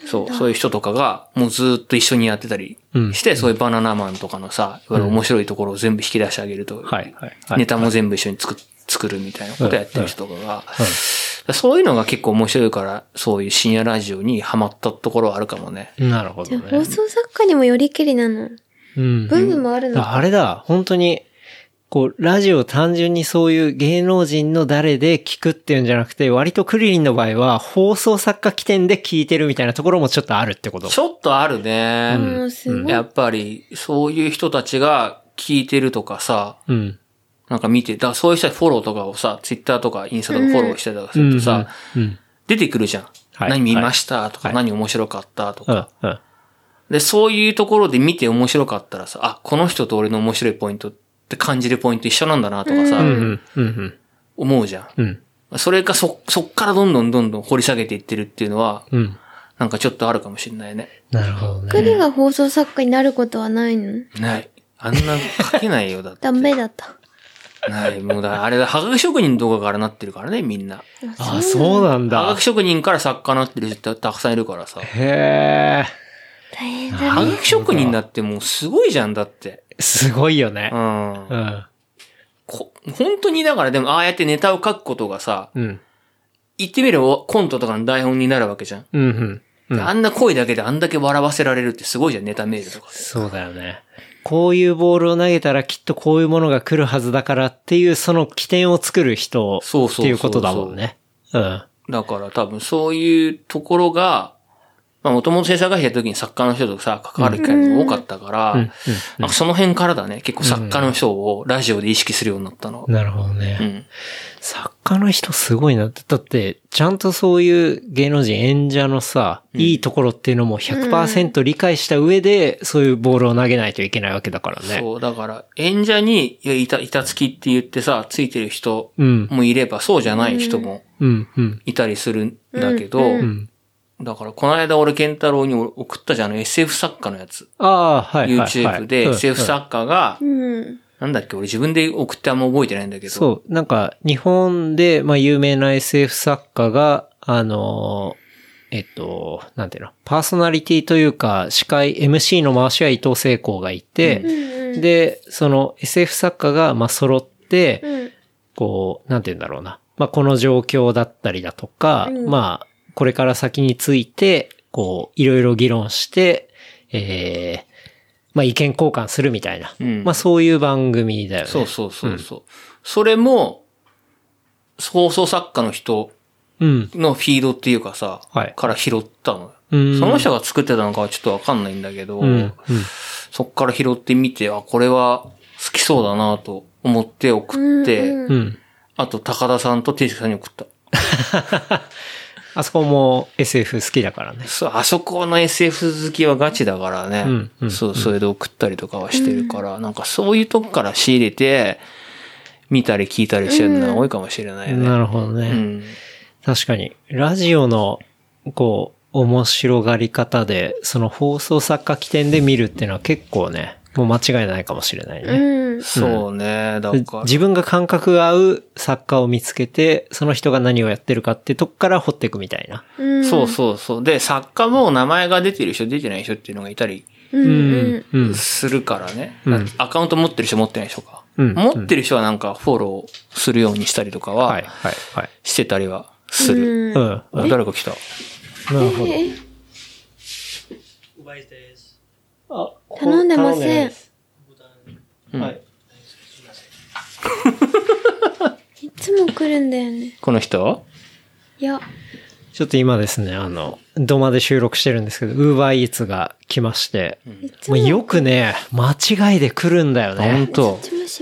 そう、そういう人とかが、もうずっと一緒にやってたりして、うん、そういうバナナマンとかのさ、いわゆる面白いところを全部引き出してあげると、うん、はいはいはい、ネタも全部一緒に作作るみたいなことやってる人とかが、うん、そういうのが結構面白いから、そういう深夜ラジオにハマったところはあるかもね。 なるほどね。 じゃあ放送作家にもよりけりなの。うん。文具もあるの、うん、 あれだ、本当に、こう、ラジオ単純にそういう芸能人の誰で聞くっていうんじゃなくて、割とクリリンの場合は放送作家起点で聞いてるみたいなところもちょっとあるってこと？ ちょっとあるね。うん、すごい。やっぱり、そういう人たちが聞いてるとかさ、うん、なんか見て、だからそういう人フォローとかをさ、ツイッターとかインスタとかフォローしてたりするとさ、うんうんうん、出てくるじゃん。はい、何見ましたとか、はい、何面白かったとか、うんうん。で、そういうところで見て面白かったらさ、あ、この人と俺の面白いポイントって感じるポイント一緒なんだなとかさ、うんうんうん、思うじゃん。うん、それがそ、そっからどんどんどんどん掘り下げていってるっていうのは、うん、なんかちょっとあるかもしれないね。 なるほどね。 クリが放送作家になることはないの？ ない。あんな書けないよ、だって。 ダメだった。 ない。もうだ、あれだ、はがき職人とかからなってるからね、みんな。 あ、そうなんだ。 はがき職人から作家になってる人たくさんいるからさ。 へー。 大変だね。 はがき職人だってもうすごいじゃん、だって。 すごいよね。 うん。うん。こ本当にだからでも、ああやってネタを書くことがさ、うん。言ってみればコントとかの台本になるわけじゃん。うん、うん。うん、あんな声だけであんだけ笑わせられるってすごいじゃん、ネタメールとか。 そうだよね。こういうボールを投げたらきっとこういうものが来るはずだからっていうその起点を作る人っていうことだもんね。うん。だから多分そういうところが、まあもともと制作会社やった時に作家の人とさ、関わる機会も多かったから、うんうんうん、その辺からだね、結構作家の人をラジオで意識するようになったの。 なるほどね。うん、作家の人すごいなって。だって、ちゃんとそういう芸能人演者のさ、うん、いいところっていうのも ひゃくパーセント 理解した上で、そういうボールを投げないといけないわけだからね。 そう、だから演者に、いや、いた、いたつきって言ってさ、ついてる人もいれば、うん、そうじゃない人もいたりするんだけど、うんうんうんだから、この間俺、ケンタロウに送ったじゃん、あの エスエフ 作家のやつ。 ああ、はい。 YouTube で エスエフ 作家が、うん、なんだっけ、俺自分で送ってあんま覚えてないんだけど。 そう、なんか、日本で、まあ、有名な エスエフ 作家が、あの、えっと、なんていうの、パーソナリティというか、司会、エムシー の回しは伊藤聖光がいて、うん、で、その エスエフ 作家が、まあ、揃って、うん、こう、なんていうんだろうな。まあ、この状況だったりだとか、うん、まあ、これから先について、こう、いろいろ議論して、ええー、まあ意見交換するみたいな。うん、まあそういう番組だよね。 そうそうそうそう、うん。それも、放送作家の人のフィードっていうかさ、うん、から拾ったの、はい。その人が作ってたのかはちょっとわかんないんだけど、うんうん、そっから拾ってみて、あ、これは好きそうだなと思って送って、うんうん、あと高田さんとテイスケさんに送った。 あそこも エスエフ 好きだからね。 そう、あそこの エスエフ 好きはガチだからね。うんうん、そう、それで送ったりとかはしてるから、うん、なんかそういうとこから仕入れて、見たり聞いたりしてるのは多いかもしれないね。 うん、なるほどね、うん。確かに、ラジオの、こう、面白がり方で、その放送作家起点で見るっていうのは結構ね、もう間違いないかもしれないね。 うん、そうね。だから自分が感覚が合う作家を見つけて、その人が何をやってるかってとこから掘っていくみたいな。 うん、そうそうそう。で、作家も名前が出てる人、出てない人っていうのがいたりするからね。うん、アカウント持ってる人、持ってない人か、うん。持ってる人はなんかフォローするようにしたりとかは、してたりはする。うんうん、誰か来た。 なるほど。 あ、頼んでません。 うん、はい。 いつも来るんだよね。 この人？ いや。 ちょっと今ですね、あの、土間で収録してるんですけど、ウーバーイーツが来まして、うん、もうよくね、間違いで来るんだよね。 本当。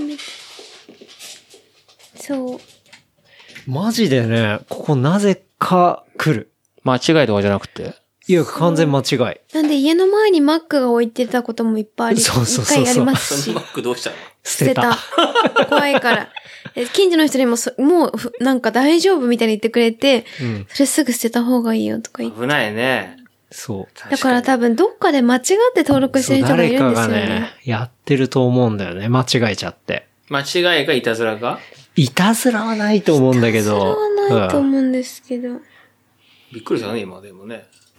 そう。 マジでね、ここなぜか来る。 間違いとかじゃなくて。 いや、完全間違い。 なんで家の前にマックが置いてたこともいっぱいあり、 そうそうそうそう。 いっぱいありますし。 そのマックどうしたの？ 捨てた。 捨てた。怖いから。近所の人にもそ、もう、なんか大丈夫みたいに言ってくれて、うん、それすぐ捨てた方がいいよとか言って。 危ないね。 そう。 だから多分どっかで間違って登録してる人がいるんですよね。誰かがね、 やってると思うんだよね。間違えちゃって。 間違いかいたずらか？ いたずらはないと思うんだけど。いたずらはないと思うんですけど。うん、 びっくりしたね、今でもね。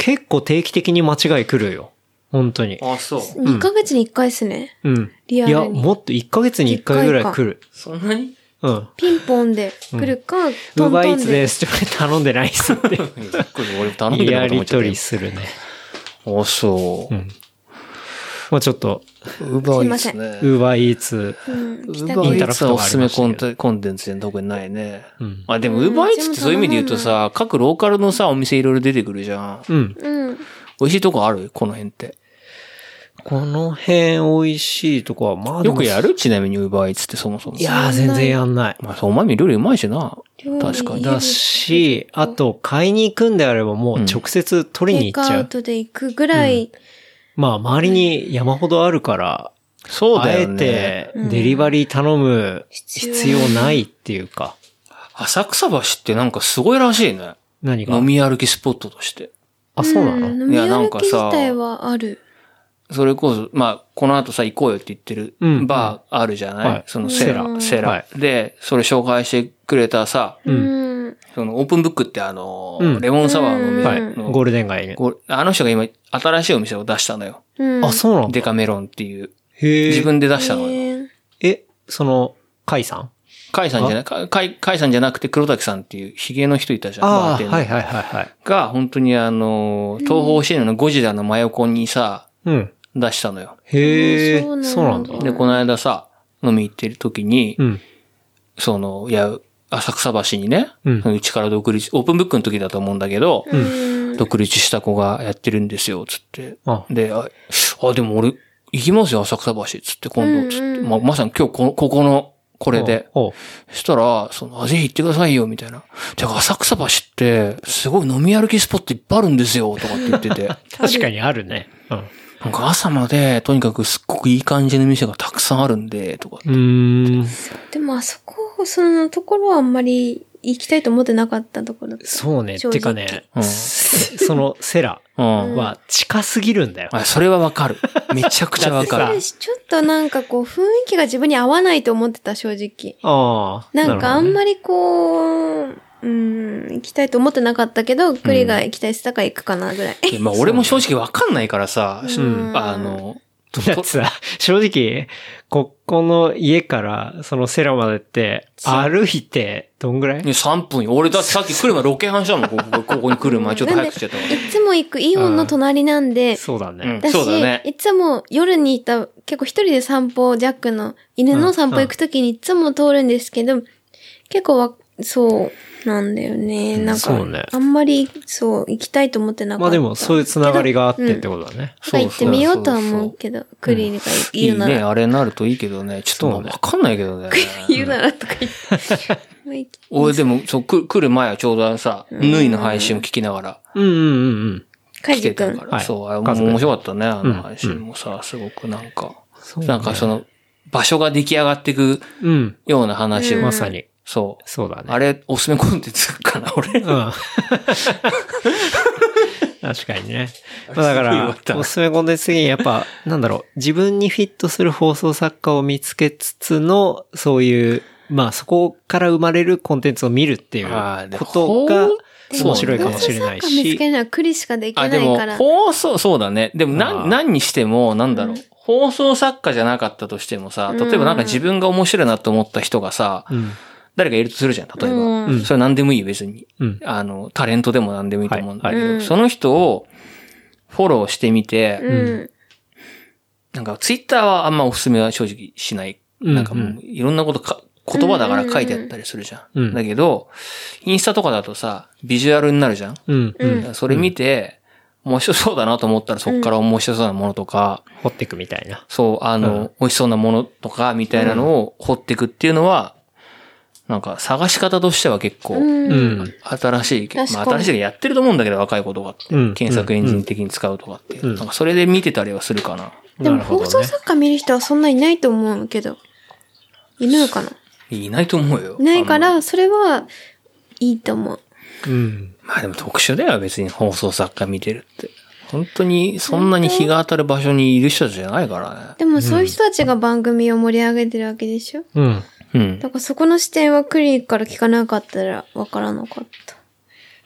結構定期的に間違い来るよ。本当に。 あ、そう。 にかげつにいっかいですね。 うん。 リアルに。 いや、もっといっかげつにいっかいぐらい来る。 そんなに？ うん。 ピンポンで来るか、 うん、トントンで。ウーバーイーツですって頼んでないっすって。 俺頼んでるやりとりするね。 あ、そう。うん。 まあちょっと、 ウーバーイーツね。 ウーバーイーツ。 ウーバーイーツはおすすめコンテンツで特にないね。うん。あ、でもウーバーイーツってそういう意味で言うとさ、各ローカルのさ、お店いろいろ出てくるじゃん。 うん。 うん。 美味しいとこある？この辺って。 この辺美味しいとこは、まあよくやる？ちなみにウーバーイーツってそもそも。 いやー、全然やんない。 まあ、そう、お前み料理うまいしな。確かに。 だし、あと、買いに行くんであればもう直接取りに行っちゃう。 テイクアウトで行くぐらい。 うん、まあ、周りに山ほどあるから、 そうだよね。 あえて、デリバリー頼む必要ないっていうか。 浅草橋ってなんかすごいらしいね。 何が？ 飲み歩きスポットとして。 あ、そうなの？ 飲み歩き自体はある。 それこそ、まあ、この後さ、行こうよって言ってるバーあるじゃない、うんはい、そのセラ、セラ、はい。で、それ紹介してくれたさ、 うん、 そのオープンブックってあの、うん、レモンサワーの店の、 はい、ゴールデン街に。 あの人が今、新しいお店を出したのよ。 うん、 あ、そうなの？ デカメロンっていう。 へ自分で出したのよ。 え、その、カイさん？ カイさんじゃない、カイ、カイさんじゃなくて黒滝さんっていうヒゲの人いたじゃん。 ああ、はいはいはいはい。 が、本当にあの、東方シーヌのゴジラの真横にさ、 うん。 出したのよ。 へえ、そうなんだ。 で、この間さ、飲み行ってる時に、 うん、 その、いや、浅草橋にね、 うん、 うちから独立、オープンブックの時だと思うんだけど、 うん、 独立した子がやってるんですよ、つって。 あで、あ、あでも俺、行きますよ、浅草橋、つって今度、つって。うんうん、まあ、まさに今日この、ここの、これで。そしたら、その、ぜひ行ってくださいよ、みたいな。てか、浅草橋って、すごい飲み歩きスポットいっぱいあるんですよ、とかって言ってて。 確かにあるね。うん。 なんか朝まで、とにかくすっごくいい感じの店がたくさんあるんで、とか。 うーん。 でもあそこ、そのところはあんまり行きたいと思ってなかったところだった。 そうね。てかね、うん、そのセラは近すぎるんだよ。 うん、それはわかる。めちゃくちゃわかる。 ちょっとなんかこう雰囲気が自分に合わないと思ってた、正直。 ああ。 なんかあんまりこう、うん、行きたいと思ってなかったけど、クリが行きたいって言ったから行くかなぐらい。 うん、まあ俺も正直わかんないからさ、 うん、 あの、 だってさ、正直、ここの家から、そのセラまでって、歩いて、どんぐらい？ さん 分。俺だってさっき車ロケハンしたもん、ここ、ここに来る前、ちょっと早く来ちゃったから。 いつも行くイオンの隣なんで、 うん、そうだね。 だし、 そうだね。 いつも夜に行った、結構一人で散歩、ジャックの犬の散歩行くときにいつも通るんですけど、結構わ、そうなんだよね。なんか、そうね、あんまり、そう、行きたいと思ってなかった。 まあでも、そういうつながりがあってってことだね。うん、 そう行ってみようとは思うけど、クリがいるなら。 いいね、あれになるといいけどね。ちょっとわかんないけどね。 言うならとか言って。 俺でも、そう、来る前はちょうどさ、ヌイの配信を聞きながら。 うんうんうんうん。 カジ君。 そう、あれ面白かったね、あの配信もさ、すごくなんか。なんかその、場所が出来上がっていくような話を。 まさに。 そう。 そうだね。 あれ、おすすめコンテンツかな、俺。うん。 確かにね。まあだから、おすすめコンテンツ的にやっぱ、なんだろう、自分にフィットする放送作家を見つけつつの、そういう、まあそこから生まれるコンテンツを見るっていうことが、面白いかもしれないし。 見つけるのはクリしかできないから。 あ、でも、放送、そうだね。でも、な、何にしても、なんだろう。うん、放送作家じゃなかったとしてもさ、例えばなんか自分が面白いなと思った人がさ、うん、誰かいるとするじゃん、例えば。うん、それは何でもいいよ、別に。うん、あの、タレントでも何でもいいと思うんだけど、はいはい、その人をフォローしてみて、うん、なんかツイッターはあんまおすすめは正直しない。うん、なんかもういろんなことか、言葉だから書いてあったりするじゃん。うん、だけど、インスタとかだとさ、ビジュアルになるじゃん。うんうん、それ見て、面白そうだなと思ったらそこから面白そうなものとか、 うん、掘っていくみたいな。 そう、あの、うん、美味しそうなものとかみたいなのを掘っていくっていうのは、なんか探し方としては結構、うん、新しい、まあ新しいがやってると思うんだけど、若い子とかって、うん、検索エンジン的に使うとかっていう、うん、なんかそれで見てたりはするかな。 でも放送作家見る人はそんないないと思うけど、いるのかな？ いないと思うよ。 いないから、それはいいと思う。 うん。 まあでも特殊だよ、別に放送作家見てるって。本当にそんなに日が当たる場所にいる人じゃないからね。 でもそういう人たちが番組を盛り上げてるわけでしょ？ うん。 うん。 だからそこの視点はクリから聞かなかったらわからなかった。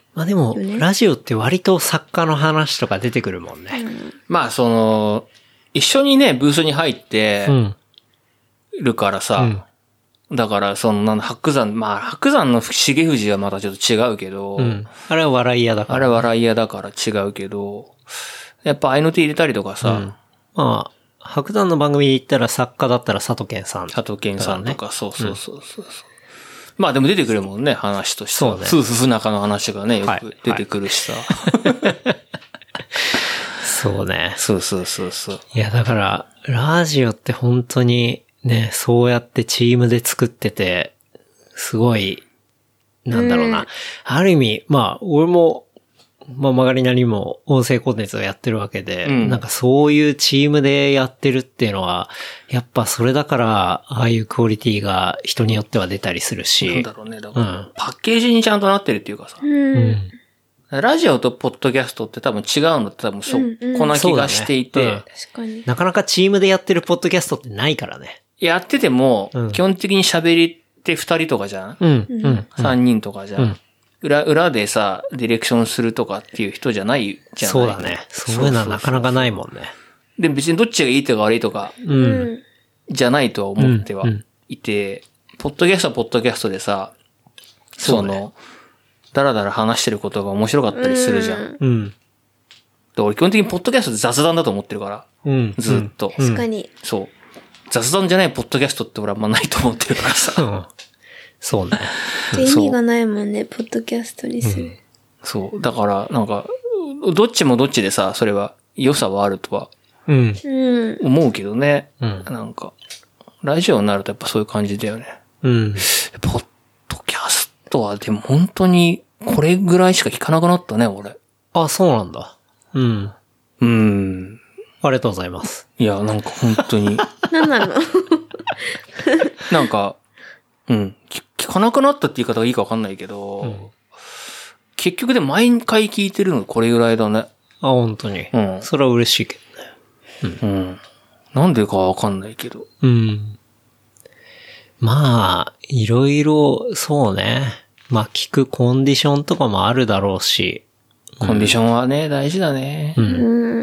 まあでも、ラジオって割と作家の話とか出てくるもんね。うん、 まあその、一緒にね、ブースに入って、るからさ、うん、だからその、白山、まあ白山の重藤はまたちょっと違うけど、うん、 あれは笑い屋だから、 ね。あれは笑い屋だから違うけど、やっぱ合いの手入れたりとかさ、うん、 まあ、白山の番組で言ったら作家だったら佐藤健さん、ね。 佐藤健さんとか、そうそうそうそう。うん、まあでも出てくるもんね、話として。そうね。夫婦不仲の話がね、よく出てくるしさ。はいはい、 そうね。 そうそうそうそう。 いや、だから、ラジオって本当にね、そうやってチームで作ってて、すごい、なんだろうな。うん、ある意味、まあ、俺も、まあ、曲がりなりも音声コンテンツをやってるわけで、うん、なんかそういうチームでやってるっていうのは、やっぱそれだから、ああいうクオリティが人によっては出たりするし。 なんだろうね。だから、うん、パッケージにちゃんとなってるっていうかさ。うん、ラジオとポッドキャストって多分違うのって多分そ、うんうん、こな気がしていて、ねうん、 確かに。 なかなかチームでやってるポッドキャストってないからね。 やってても、うん、基本的に喋りって二人とかじゃん、うんうん、三人とかじゃん、うん裏、裏でさ、ディレクションするとかっていう人じゃないじゃない。 そうだね。そういうのはなかなかないもんね。 で、別にどっちがいいとか悪いとか、うん、じゃないとは思ってはいて、うんうん、ポッドキャストはポッドキャストでさ、その、ね、だらだら話してることが面白かったりするじゃん。うん。で俺基本的にポッドキャストって雑談だと思ってるから、うん、ずっと、 うん。確かに。 そう。雑談じゃないポッドキャストって俺はあんまないと思ってるからさ。うんそうね。 意味がないもんね、ポッドキャストにする。うん、 そう。だから、なんか、どっちもどっちでさ、それは良さはあるとは、うん。思うけどね。うん。なんか、ラジオになるとやっぱそういう感じだよね。うん。ポッドキャストはでも本当にこれぐらいしか聞かなくなったね、俺。 あ、そうなんだ。うん。 うん。 ありがとうございます。 いや、なんか本当に。 何なのなんか、うん。聞かなくなったって言い方がいいか分かんないけど、うん、結局で毎回聞いてるのこれぐらいだね。 あ、本当に。うん。それは嬉しいけどね。 うん。うん、なんでか分かんないけど。 うん。まあ、いろいろ、そうね。まあ、聞くコンディションとかもあるだろうし。 コンディションはね、大事だね。うん。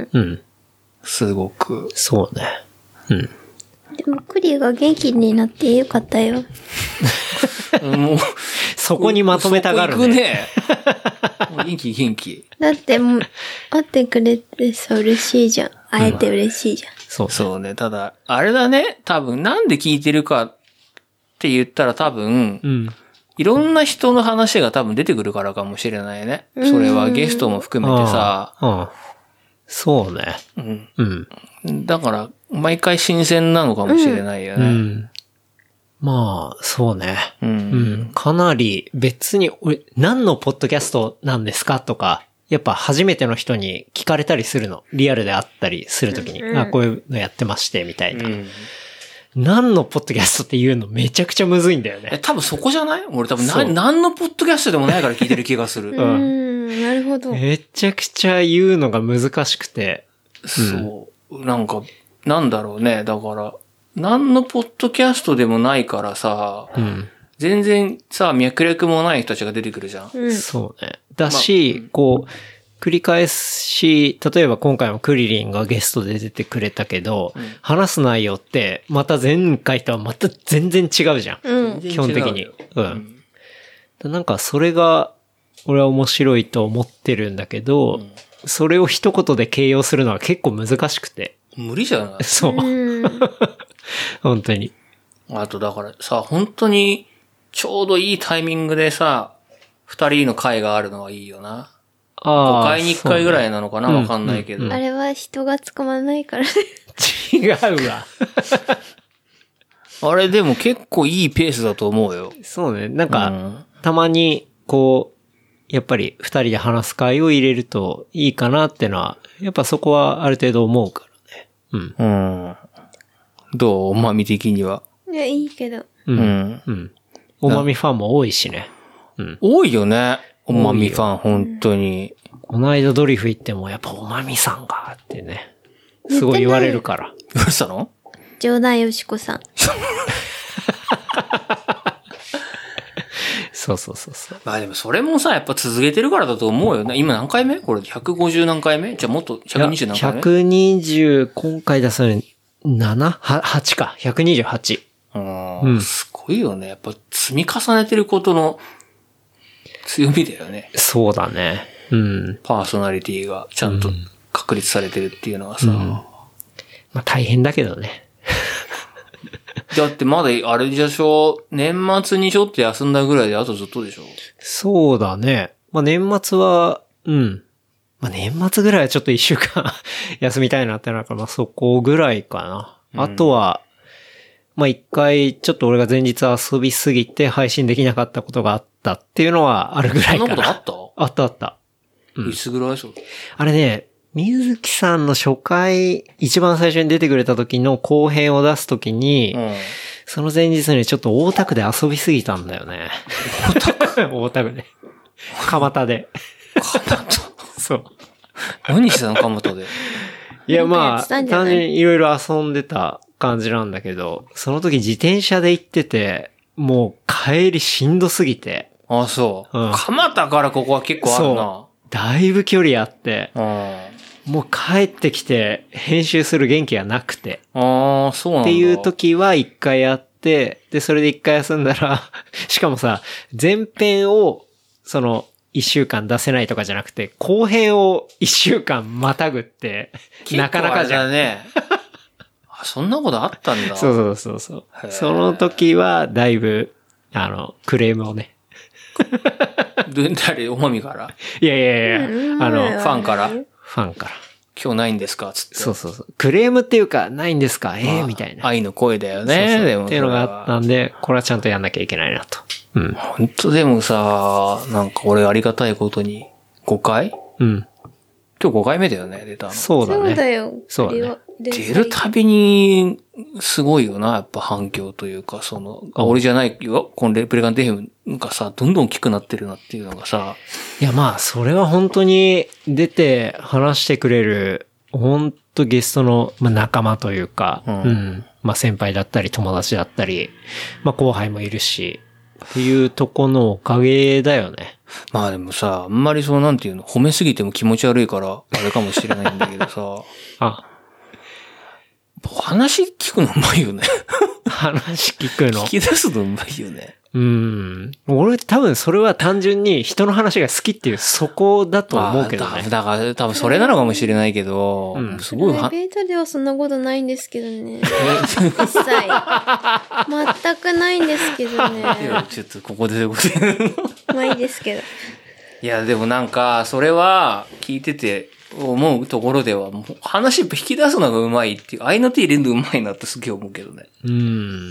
うん。 すごく。 そうね。うん。 でもクリが元気になってよかったよ。 もう、 そこにまとめたがるね。 そこ行くね。もう元気元気。 だってもう、会ってくれてさ、嬉しいじゃん。会えて嬉しいじゃん。うん、 そうそうね。ただ、あれだね。多分、なんで聞いてるかって言ったら多分、うん、いろんな人の話が多分出てくるからかもしれないね。それはゲストも含めてさ。 うん、そうね。 うん。うん。だから、毎回新鮮なのかもしれないよね。うん、 まあ、そうね。うん。うん。かなり別に、何のポッドキャストなんですかとか、やっぱ初めての人に聞かれたりするの。リアルであったりするときに、うん、あ、こういうのやってまして、みたいな。うん、何のポッドキャストっていうのめちゃくちゃむずいんだよね。 え、多分そこじゃない？俺多分な、何のポッドキャストでもないから聞いてる気がする。 うん。なるほど。 めちゃくちゃ言うのが難しくて。 そう。うん、なんか、なんだろうね。だから、何のポッドキャストでもないからさ、うん、全然さ、脈絡もない人たちが出てくるじゃん。 うん、そうね。だし、ま、こう、繰り返し、例えば今回もクリリンがゲストで出てくれたけど、うん、話す内容って、また前回とはまた全然違うじゃん。うん、基本的に。うん。うん、なんかそれが、俺は面白いと思ってるんだけど、うん、それを一言で形容するのは結構難しくて。 無理じゃない？ そう。本当に。 あとだからさ、本当にちょうどいいタイミングでさ、二人の会があるのはいいよな。ああ。ごかいにいっかいぐらいなのかな、わ、ね、かんないけど、うんうん。 あれは人が捕まらないからね。 違うわ。 あれでも結構いいペースだと思うよ。 そうね。なんか、うん、たまにこう、やっぱり二人で話す会を入れるといいかなってのは、やっぱそこはある程度思うからね。うん。 うん。どう？おまみ的には。 いや、いいけど。 うん。うん。おまみファンも多いしね。 うん。多いよね。おまみファン、本当に。 この間ドリフ行っても、やっぱおまみさんが、ってね。すごい言われるから。 どうしたの？ 冗談よしこさん。 そうそうそうそう。 まあでもそれもさ、やっぱ続けてるからだと思うよね。今何回目これひゃくごじゅう何回目じゃあもっとひゃくにじゅう何回目 ?ひゃくにじゅう、今回出すのになな? は、はちか。ひゃくにじゅうはち。 うん。すごいよね。やっぱ積み重ねてることの強みだよね。 そうだね。うん。 パーソナリティがちゃんと確立されてるっていうのはさ。うん、まあ大変だけどね。 だってまだあれでしょ、年末にちょっと休んだぐらいであとずっとでしょ。 そうだね。まあ年末は、うん。まあ年末ぐらいはちょっと一週間休みたいなってなるから、まあそこぐらいかな。あとは、まあ一回ちょっと俺が前日遊びすぎて配信できなかったことがあったっていうのはあるぐらいかな。 そんなことあった？ あったあった。 うん、いつぐらいそう？ あれね、水木さんの初回、一番最初に出てくれた時の後編を出す時に、うん、その前日にちょっと大田区で遊びすぎたんだよね。大田区大田区で。蒲田で。 蒲田そう。 何してたの蒲田で。 いやまあ、単純にいろいろ遊んでた感じなんだけど、その時自転車で行ってて、もう帰りしんどすぎて。 ああ、そう。うん、蒲田からここは結構あるな。そう。 だいぶ距離あって。 うんもう帰ってきて編集する元気がなくて。 ああ、そうなんだ。 っていう時は一回やって、で、それで一回休んだら、しかもさ、前編を、その、一週間出せないとかじゃなくて、後編を一週間またぐって、なかなかじゃん。 ね。そんなことあったんだ。 そうそうそうそう。その時は、だいぶ、あの、クレームをね。 誰、おまみから？ いやいやいや、あの、 ファンから？ ファンから。 今日ないんですかつって。 そうそうそう。クレームっていうか、ないんですかええー、みたいな。 愛の声だよね。 そうそうでもっていうのがあったんで、これはちゃんとやんなきゃいけないなと。うん。 本当でもさ、なんか俺ありがたいことに、ごかい？ うん。 今日ごかいめだよね、出たの。 そうだね。 そうだよ。 そうだね。 出るたびに、すごいよな、やっぱ反響というか、その、あ、俺じゃないよ、このレプリカント エフエム がさ、どんどん大きくなってるなっていうのがさ。 いやまあ、それは本当に出て話してくれる、本当ゲストの、まあ、仲間というか、うん、うん。まあ先輩だったり友達だったり、まあ後輩もいるし、っていうとこのおかげだよね。 まあでもさ、あんまりそうなんていうの、褒めすぎても気持ち悪いから、あれかもしれないんだけどさ。 あ。 話聞くのうまいよね。 話聞くの聞き出すのうまいよね。 うん。俺多分それは単純に人の話が好きっていうそこだと思うけどね。 だから多分それなのかもしれないけど、うん、すごいプライベートではそんなことないんですけどね。一切。全くないんですけどね。いや、ちょっとここでまあいいですけど。 いや、でもなんか、それは聞いてて思うところでは、もう話引き出すのがうまいっていう、愛の手入れるのうまいなってすげえ思うけどね。 うん。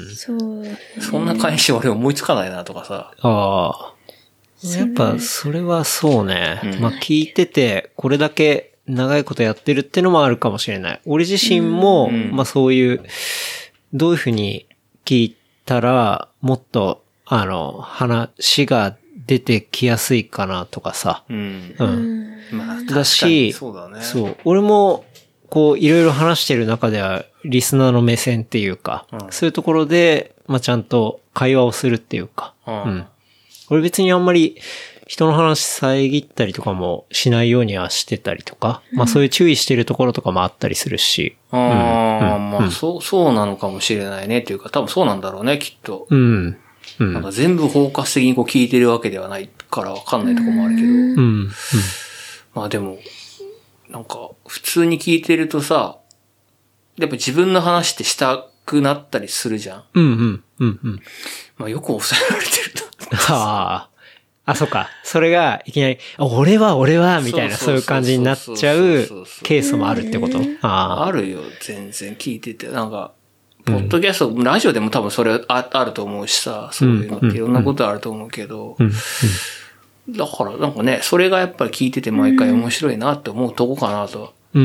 そう、ね。 そんな返し俺思いつかないなとかさ。 ああ。やっぱ、それはそうね。うん、まあ聞いてて、これだけ長いことやってるってのもあるかもしれない。俺自身も、うん、まあそういう、どういうふうに聞いたら、もっと、あの、話が出てきやすいかなとかさ。 うん。 うん。 まあ、 だし、 そうだね。 そう。俺も、こう、いろいろ話してる中では、リスナーの目線っていうか、うん、そういうところで、まあちゃんと会話をするっていうか。うん。うん、俺別にあんまり、人の話遮ったりとかもしないようにはしてたりとか、うん、まあそういう注意してるところとかもあったりするし。 ああ、うん、まあ、うん、そう、そうなのかもしれないねっていうか、多分そうなんだろうね、きっと。 うん。うん、 なんか全部包括的にこう聞いてるわけではないからわかんないところもあるけど。うん。うん、まあでも、なんか普通に聞いてるとさ、やっぱ自分の話ってしたくなったりするじゃん。 うんうんうんうん。 まあよく抑えられてると。 はあ。あ、そっか。それがいきなり、俺は俺はみたいなそういう感じになっちゃうケースもあるってこと？ああ。あるよ、全然聞いてて。なんか、ポッドキャスト、うん、ラジオでも多分それ あ, あると思うしさ、そういうのっていろんなことあると思うけど、うんうんうん、だからなんかね、それがやっぱり聞いてて毎回面白いなって思うとこかなと。 うん。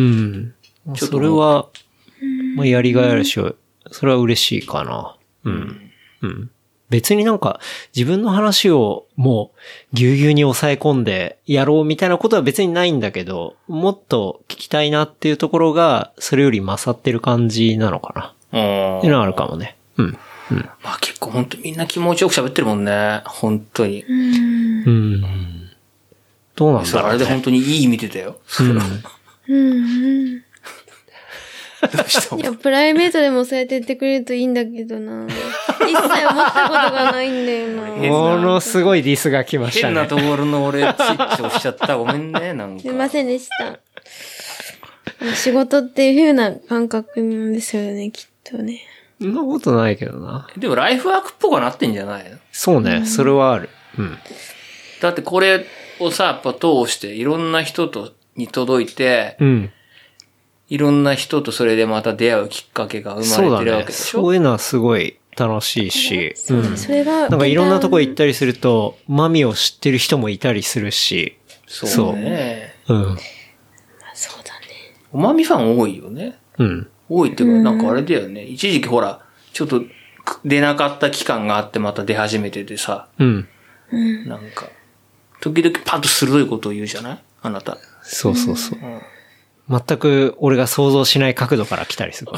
ちょっとそれは、まあ、やりがいあるし、それは嬉しいかな。うん。うん。別になんか自分の話をもうぎゅうぎゅうに抑え込んでやろうみたいなことは別にないんだけど、もっと聞きたいなっていうところがそれより勝ってる感じなのかな。っていうのはあるかもね。うん。 うん。 まあ結構本当にみんな気持ちよく喋ってるもんね。本当に。 うん。 うん。どうなんだろう、ね。 あれで本当にいい意味出たよ。 うん。 うん。 どうしたの？ いや、プライベートでもそうやって言ってくれるといいんだけどな。一切思ったことがないんだよな。 ものすごいディスが来ましたね。 変なところの俺、スイッチ押しちゃった。ごめんね、なんか。 すいませんでした。仕事っていう風な感覚なんですよね、きっとね。 そんなことないけどな。 でもライフワークっぽくなってんじゃないの？ そうね、うん、それはある。うん。 だってこれをさ、やっぱ通していろんな人とに届いて、うん。いろんな人とそれでまた出会うきっかけが生まれてるわけでしょ？ そうだね。そういうのはすごい楽しいし、 うん。それが、 なんかいろんなとこ行ったりすると、マミを知ってる人もいたりするし、 そうね。 そう。うん。 そうだね。 おまみファン多いよね。 うん。 多いっていうか、なんかあれだよね。一時期ほら、ちょっと出なかった期間があってまた出始めててさ。 うん。 なんか、時々パッと鋭いことを言うじゃないあなた。 そうそうそう。うん、全く俺が想像しない角度から来たりする。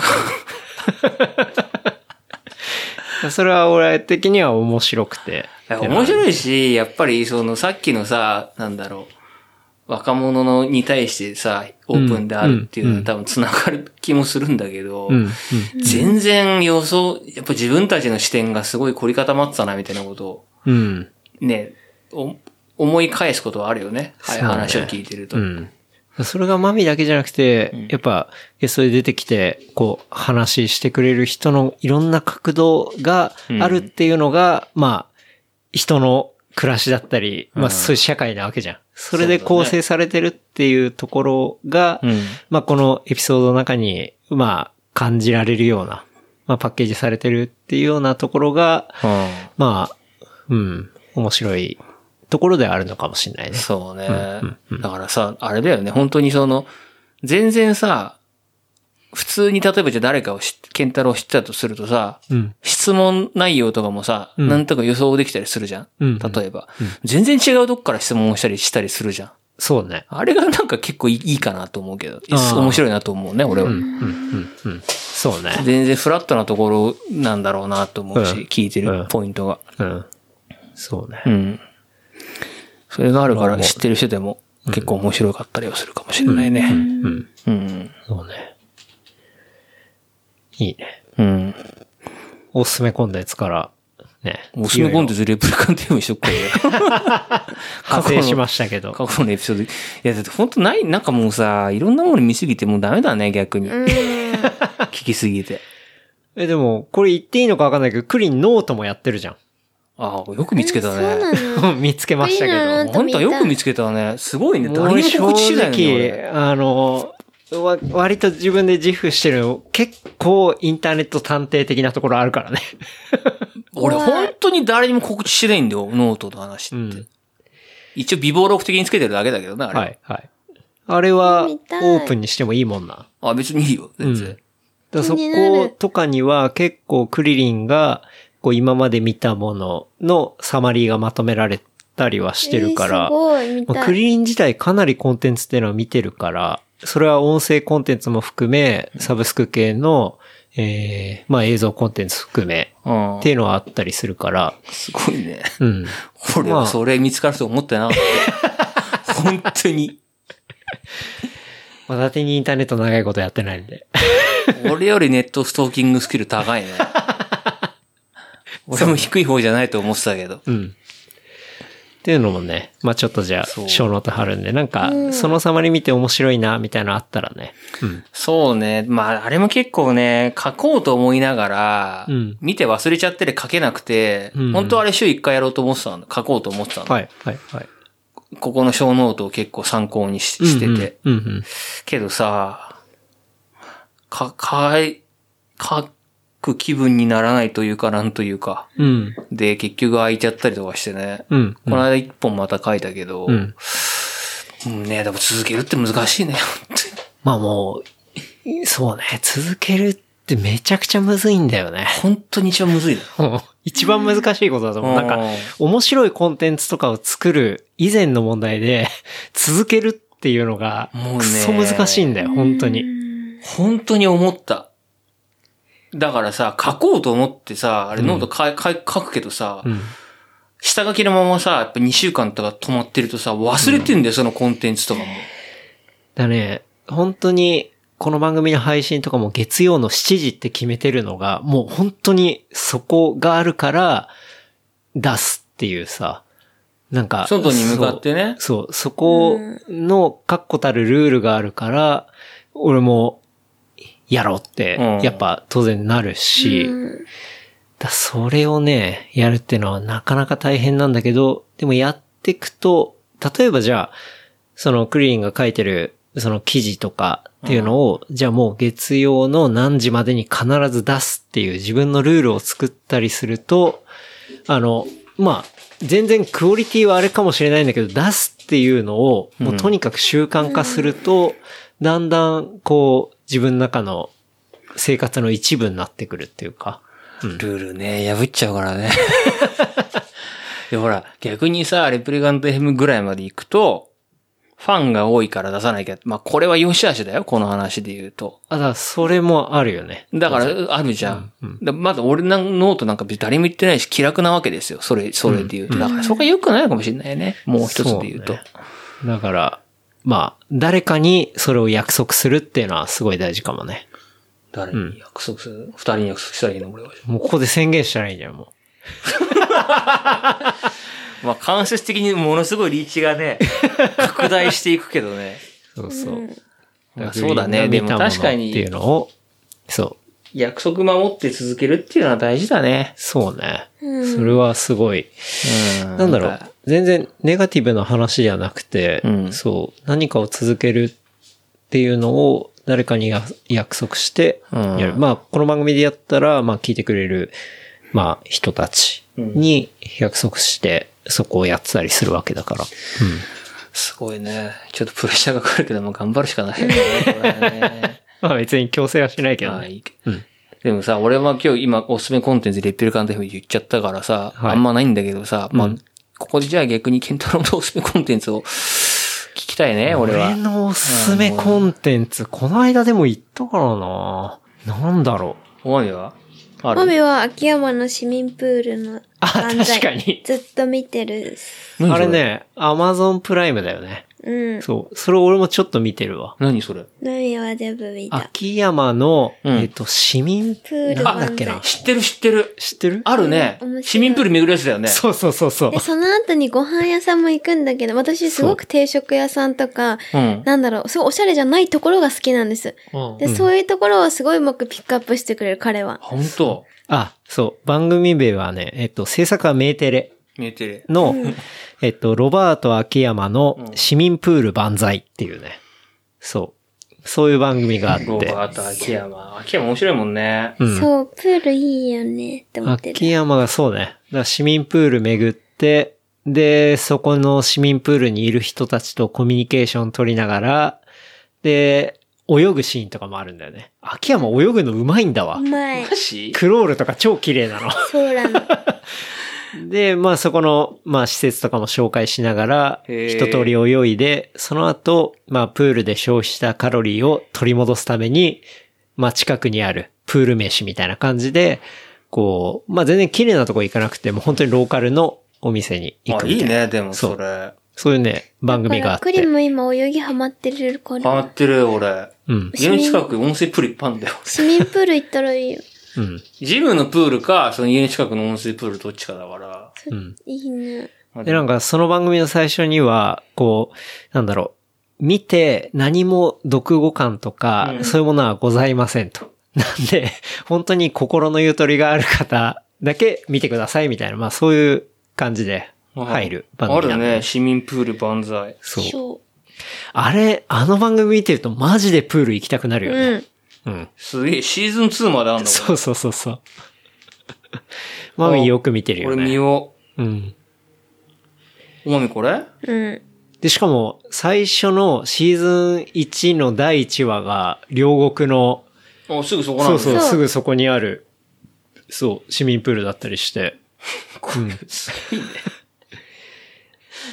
それは俺的には面白くて。 面白いし、やっぱりそのさっきのさ、なんだろう、若者のに対してさ、オープンであるっていうのは多分繋がる気もするんだけど、うんうん、全然予想、やっぱ自分たちの視点がすごい凝り固まってたなみたいなことを、うん、ね、思い返すことはあるよね。はい、話を聞いてると。うんそれがマミだけじゃなくて、うん、やっぱゲストで出てきて、こう話してくれる人のいろんな角度があるっていうのが、うん、まあ、人の暮らしだったり、まあそういう社会なわけじゃん。それで構成されてるっていうところが、ね、まあこのエピソードの中に、まあ感じられるような、まあパッケージされてるっていうようなところが、うん、まあ、うん、面白い。ところであるのかもしれないね。 そうね、うんうん。だからさ、あれだよね。本当にその、全然さ、普通に例えばじゃあ誰かを知って、ケンタロウを知ってたとするとさ、うん、質問内容とかもさ、うん、なんとか予想できたりするじゃん。うん、例えば、うん、全然違うとこから質問をしたりしたりするじゃん。 そうね。 あれがなんか結構いいかなと思うけど、面白いなと思うね、俺は。 うんうんうんうん、そうね。 全然フラットなところなんだろうなと思うし、うん、聞いてるポイントが。 うん。そうね。 うん。それがあるから知ってる人でも結構面白かったりはするかもしれないね。うん。うん。うん、 そうね。いいね。 うん。 おすすめコンテンツから、ね。 おすすめコンテンツレプリカンテーマにしとくからね。 派生しましたけど。 過去のエピソード。いや、だって本当ない、なんかもうさ、いろんなもの見すぎてもうダメだね、逆に。聞きすぎて。 え、でも、これ言っていいのかわかんないけど、クリンノートもやってるじゃん。 ああ、よく見つけたね。 見つけましたけど。 あんたよく見つけたね。すごいね。誰にも告知しないのね。 あの、わ、割と自分で自負してるの、結構インターネット探偵的なところあるからね。 俺本当に誰にも告知してないんだよ、ノートの話って。うん、一応微暴録的につけてるだけだけどね、あれ。 はい、はい。あれはオープンにしてもいいもんな。 あ、別にいいよ、全然。うん、 だそことかには結構クリリンが、こう今まで見たもののサマリーがまとめられたりはしてるから、えー、すごい見たい。まあ、クリリン自体かなりコンテンツっていうのは見てるから、それは音声コンテンツも含め、サブスク系の、えー、まあ映像コンテンツ含め、っていうのはあったりするから。 すごいね。 うん。 俺はそれ見つかると思ってなかった。本当に。 まあ、だてにインターネット長いことやってないんで。 俺よりネットストーキングスキル高いね。俺も低い方じゃないと思ってたけど。 うん。っていうのもね、まあちょっとじゃあ、小ノート貼るんで、なんか、そのサマリ見て面白いな、みたいなのあったらね。 うん。そうね。まあ、あれも結構ね、書こうと思いながら、うん、見て忘れちゃってで書けなくて、うん、本当はあれ週一回やろうと思ってたんだ。書こうと思ってたんだ。 はい、はい、はい。 ここの小ノートを結構参考に し, してて、うんうんうんうん。けどさ、か、かい、書く気分にならないというか、なんというか。うん。で、結局空いちゃったりとかしてね。うん。うん、この間一本また書いたけど、うん。うん、ね、でも続けるって難しいね。 まあもう、そうね、続けるってめちゃくちゃむずいんだよね。 本当に一番むずいの。一番難しいことだと思う。なんか、面白いコンテンツとかを作る以前の問題で、続けるっていうのが、くそ難しいんだよ、本当に。 本当に思った。 だからさ、書こうと思ってさ、あれノートか、うん、書くけどさ、うん、下書きのままさ、やっぱにしゅうかんとか止まってるとさ、忘れてんだよ、うん、そのコンテンツとかも。 だね、本当に、この番組の配信とかも月曜のしちじって決めてるのが、もう本当にそこがあるから出すっていうさ、なんか。 外に向かってね。 そう、そう、そこの確固たるルールがあるから、俺もやろうって、やっぱ当然なるし、うん、だそれをね、やるっていうのはなかなか大変なんだけど、でもやっていくと、例えばじゃあ、そのクリリンが書いてるその記事とかっていうのを、うん、じゃあもう月曜の何時までに必ず出すっていう自分のルールを作ったりすると、あの、まあ、全然クオリティはあれかもしれないんだけど、出すっていうのを、もうとにかく習慣化すると、うん、だんだんこう、自分の中の生活の一部になってくるっていうか。 うん、ルールね、破っちゃうからね。で、ほら、逆にさ、レプリカント エフエム ぐらいまで行くと、ファンが多いから出さなきゃ。まあ、これは良し悪しだよ、この話で言うと。 あ、だからそれもあるよね。 だから、あるじゃん。うんうん、だまだ俺のノートなんか誰も言ってないし、気楽なわけですよ。それ、それで言うと。うん、だからそこが良くないのかもしれないね。もう一つで言うと。うね、 だから、まあ、誰かにそれを約束するっていうのはすごい大事かもね。 誰に約束する？二、うん、人に約束したらいいの俺は。 もうここで宣言したらいいじゃん、もう。 まあ間接的にものすごいリーチがね、拡大していくけどね。 そうそう。 まあ、そうだね。でも確かに。 っていうのを、そう。 約束守って続けるっていうのは大事だね。 そうね。それはすごい。うん、なんだろう。全然ネガティブな話じゃなくて、うん、そう。何かを続けるっていうのを誰かに約束してやる。うん、まあ、この番組でやったら、まあ聞いてくれる、まあ人たちに約束して、そこをやってたりするわけだから。うん。 すごいね。ちょっとプレッシャーがかかるけども頑張るしかないよね。ねまあ別に強制はしないけどね。 いいうん、でもさ、俺は今日今おすすめコンテンツレプリカント エフエム 言っちゃったからさ、はい、あんまないんだけどさ、まあ、うん、ここでじゃあ逆にケンタロウのおすすめコンテンツを聞きたいね、俺は。 俺のおすすめコンテンツ、この間でも言ったからな。なんだろう。お前はマミは秋山の市民プールの漫才。あ、確かに。 ずっと見てる。 あれね、アマゾンプライムだよね。うん。そう。それ俺もちょっと見てるわ。 何それ？ 何は全部見た。 秋山の、うん、えっと、市民プール。 なんだっけな。知ってる知ってる。 知ってる？ あるね。市民プール巡るやつだよね。 そうそうそうそう。 で、その後にご飯屋さんも行くんだけど、私すごく定食屋さんとか、うん、なんだろう、すごいおしゃれじゃないところが好きなんです。うん、で、そういうところをすごいうまくピックアップしてくれる、彼は。 本当？ あ、そう。番組名はね、えっと、制作はメーテレ。 メーテレ。 の、うん、えっと、ロバート秋山の市民プール万歳っていうね。そう。そういう番組があって。ロバート秋山。秋山面白いもんね。 うん、そう、プールいいよねって思ってる。 秋山がそうね。だから市民プール巡って、で、そこの市民プールにいる人たちとコミュニケーション取りながら、で、泳ぐシーンとかもあるんだよね。秋山泳ぐのうまいんだわ。 うまい。 クロールとか超綺麗なの。 そうなの。 で、まあそこの、まあ施設とかも紹介しながら、一通り泳いで、その後、まあプールで消費したカロリーを取り戻すために、まあ近くにあるプール飯みたいな感じで、こう、まあ全然綺麗なとこ行かなくても、本当にローカルのお店に行くみたいな。 あ、いいね、でもそれ。 そういうね、番組があって。 クリも今泳ぎハマってるから。 ハマってるよ、俺。うん。家の近く温水プールいっぱいあるんだよ。 市民プール行ったらいいよ。 うん。 ジムのプールか、その家の近くの温水プールどっちかだから。 うん。いいね。 で、なんかその番組の最初には、こう、なんだろう、見て何も読後感とか、うん、そういうものはございませんと。なんで、本当に心のゆとりがある方だけ見てくださいみたいな、まあそういう感じで。入る番組なんだ、ね。あるね。市民プール万歳。 そう。あれ、あの番組見てるとマジでプール行きたくなるよね。うん。うん、 すげえ、シーズンツーまであんだもん。 そうそうそうそう。マミよく見てるよね。 俺見よう。うん。 マミこれ？ うん。 で、しかも、最初のシーズンいちのだいいちわが、両国の、 あ、すぐそこなんだ。 そうそう、すぐそこにある、そう、市民プールだったりして。 これ、すごいね。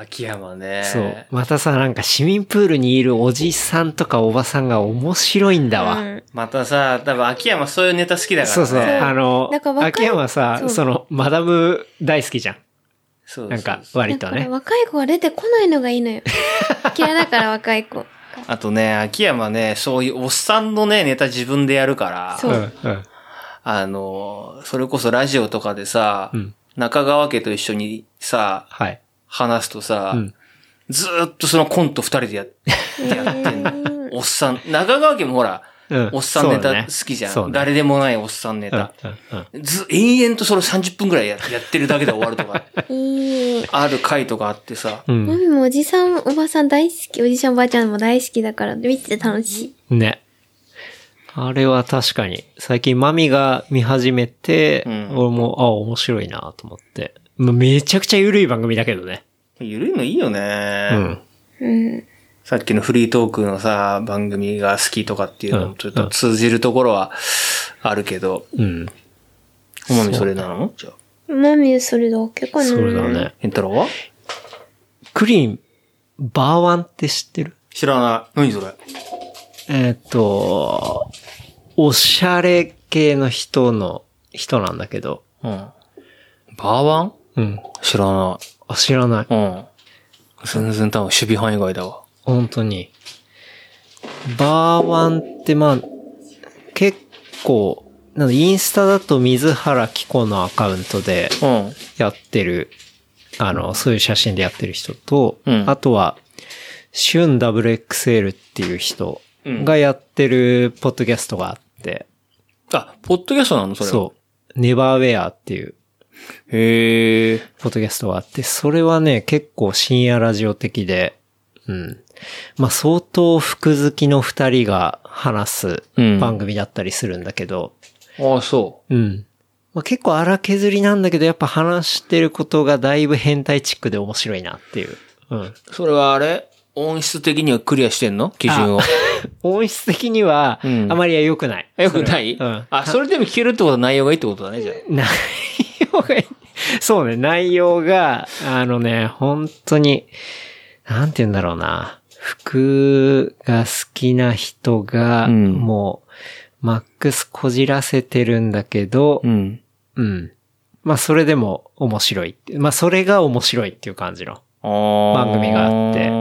秋山ね。 そう。またさ、なんか市民プールにいるおじさんとかおばさんが面白いんだわ。うん、 またさ、多分秋山そういうネタ好きだからね。 そうそう。あの、秋山さ、そ, その、マダム大好きじゃん。そうなんか、割とね。 若い子は出てこないのがいいのよ。嫌いだから若い子。 あとね、秋山ね、そういうおっさんのね、ネタ自分でやるから。そう。うんうん、あの、それこそラジオとかでさ、うん、中川家と一緒にさ、はい、話すとさ、うん、ずーっとそのコント二人でや, やってんの。おっさん。中川家もほら、うん、おっさんネタ好きじゃん、ね。誰でもないおっさんネタ。うんうんうん、ず、延々とそれさんじゅっぷんくらい や, やってるだけで終わるとか。ある回とかあってさ。 マミもおじさん、おばさん大好き。おじちゃんおばあちゃんも大好きだから見てて楽しい。ね。あれは確かに。最近マミが見始めて、うん、俺も、あ、面白いなと思って。めちゃくちゃ緩い番組だけどね。 緩いのいいよね。うん。うん。さっきのフリートークのさ、番組が好きとかっていうのもちょっと通じるところはあるけど。うん。おまみそれなのじゃあ。 おまみそれだけかな。 それだね。 ヘンタロウはクリーン、バーワンって知ってる？ 知らない。何それ？ えーっと、おしゃれ系の人の、人なんだけど。うん。 バーワン？ うん。 知らない。 あ、知らない。 うん。全然多分守備範囲外だわ。 本当に。バーワンってまあ、結構、なんかインスタだと水原希子のアカウントでやってる、うん、あの、そういう写真でやってる人と、うん、あとは、シュン ダブリューエックスエル っていう人がやってるポッドキャストがあって。 うん、あ、ポッドキャストなのそれは。 そう。ネバーウェアっていう。 へー。 ポッドキャストがあって、それはね、結構深夜ラジオ的で、うん。まあ、相当服好きの二人が話す番組だったりするんだけど。 うん、ああ、そう。 うん。まあ、結構荒削りなんだけど、やっぱ話してることがだいぶ変態チックで面白いなっていう。うん。 それはあれ？音質的にはクリアしてんの？基準を。 音質的には、あまりは良くない。 良くない？うん。あ、それでも聞けるってことは内容がいいってことだね、じゃあ。 内容がいい。そうね、内容が、あのね、本当に、なんて言うんだろうな。服が好きな人が、うん、もう、マックスこじらせてるんだけど、うん。うん。まあ、それでも面白いって。まあ、それが面白いっていう感じの番組があって、うん。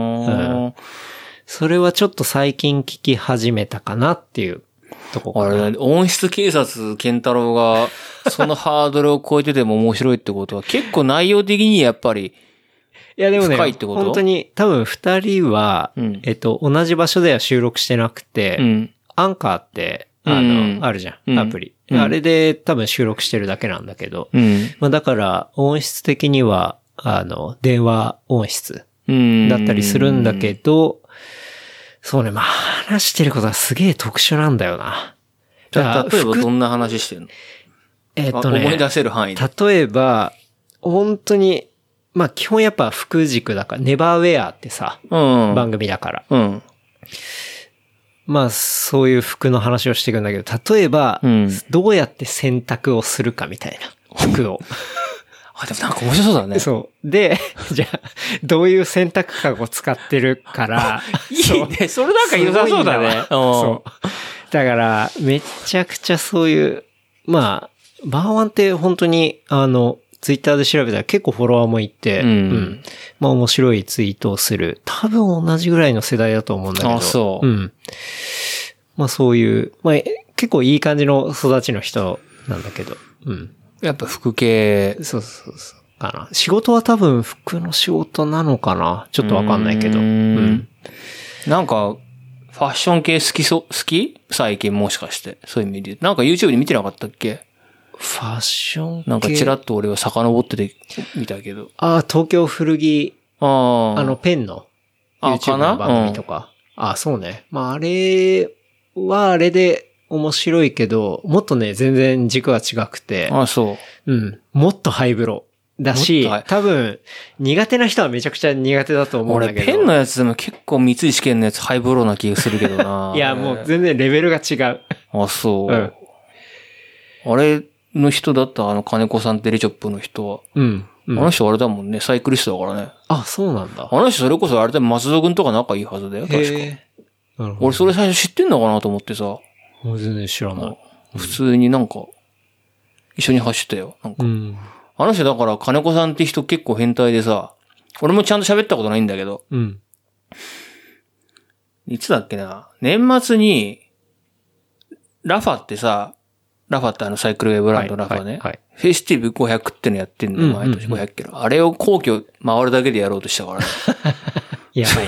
それはちょっと最近聞き始めたかなっていうとこかな。 あれ、音質警察健太郎が、そのハードルを超えてても面白いってことは、結構内容的にやっぱり、 いやでもね、本当に多分二人は、うん、えっと、同じ場所では収録してなくて、うん、アンカーって、あの、うん、あるじゃん、アプリ、うん。あれで多分収録してるだけなんだけど、うん、まあだから音質的には、あの、電話音質だったりするんだけど、そうね、まあ話してることはすげえ特殊なんだよな。 じゃあ、例えばどんな話してんの？ えっとね、 思い出せる範囲で。 例えば、本当に、まあ基本やっぱ服軸だから、ネバーウェアってさ、うん、番組だから。うん、まあそういう服の話をしていくんだけど、例えば、うん、どうやって洗濯をするかみたいな服を。 あ、でもなんか面白そうだね。 そう。で、じゃあ、どういう洗濯かごを使ってるから、 いいね。それなんか良さそうだね。 そう。だから、めちゃくちゃそういう、まあ、バーワンって本当に、あの、ツイッターで調べたら結構フォロワーもいて、うん、うん。まあ面白いツイートをする。多分同じぐらいの世代だと思うんだけど。 あ、そう。 うん。まあそういう、まあ結構いい感じの育ちの人なんだけど。うん。 やっぱ服系。 そうそうそう。かな。仕事は多分服の仕事なのかな。ちょっとわかんないけど。うん,、うん。 なんか、ファッション系好きそう、好き？最近もしかして。そういう意味で。なんか YouTube で見てなかったっけ？ ファッション系なんかチラッと俺は遡ってて見たけど。 ああ、東京古着。ああ。あの、ペンの YouTube の番組とか。ああ、そうね。まあ、あれはあれで面白いけど、もっとね、全然軸は違くて。 ああ、そう。 うん。もっとハイブロだし、多分、苦手な人はめちゃくちゃ苦手だと思うんだけど。 俺、ペンのやつでも結構三井試験のやつハイブロな気がするけどな。 いや、もう全然レベルが違う。 あ、そう。うん。あれ、の人だったあの金子さんテレチョップの人は。うん。 うん、あの人あれだもんね、サイクリストだからね。 あ、そうなんだ。 あの人それこそあれで松戸くんとか仲いいはずだよ、確か。なるほど。俺それ最初知ってんのかなと思ってさ。 全然知らない。 普通になんか、一緒に走ったよ。なんか。うん、あの人だから金子さんって人結構変態でさ、俺もちゃんと喋ったことないんだけど。うん。いつだっけな、年末に、ラファってさ、ラファってあのサイクルウェイブランドラファね。はいはいはい、フェスティブごひゃくってのやってんのよ、毎年ごひゃくキロ。うんうんうん、あれを皇居回るだけでやろうとしたからね。 やばいね。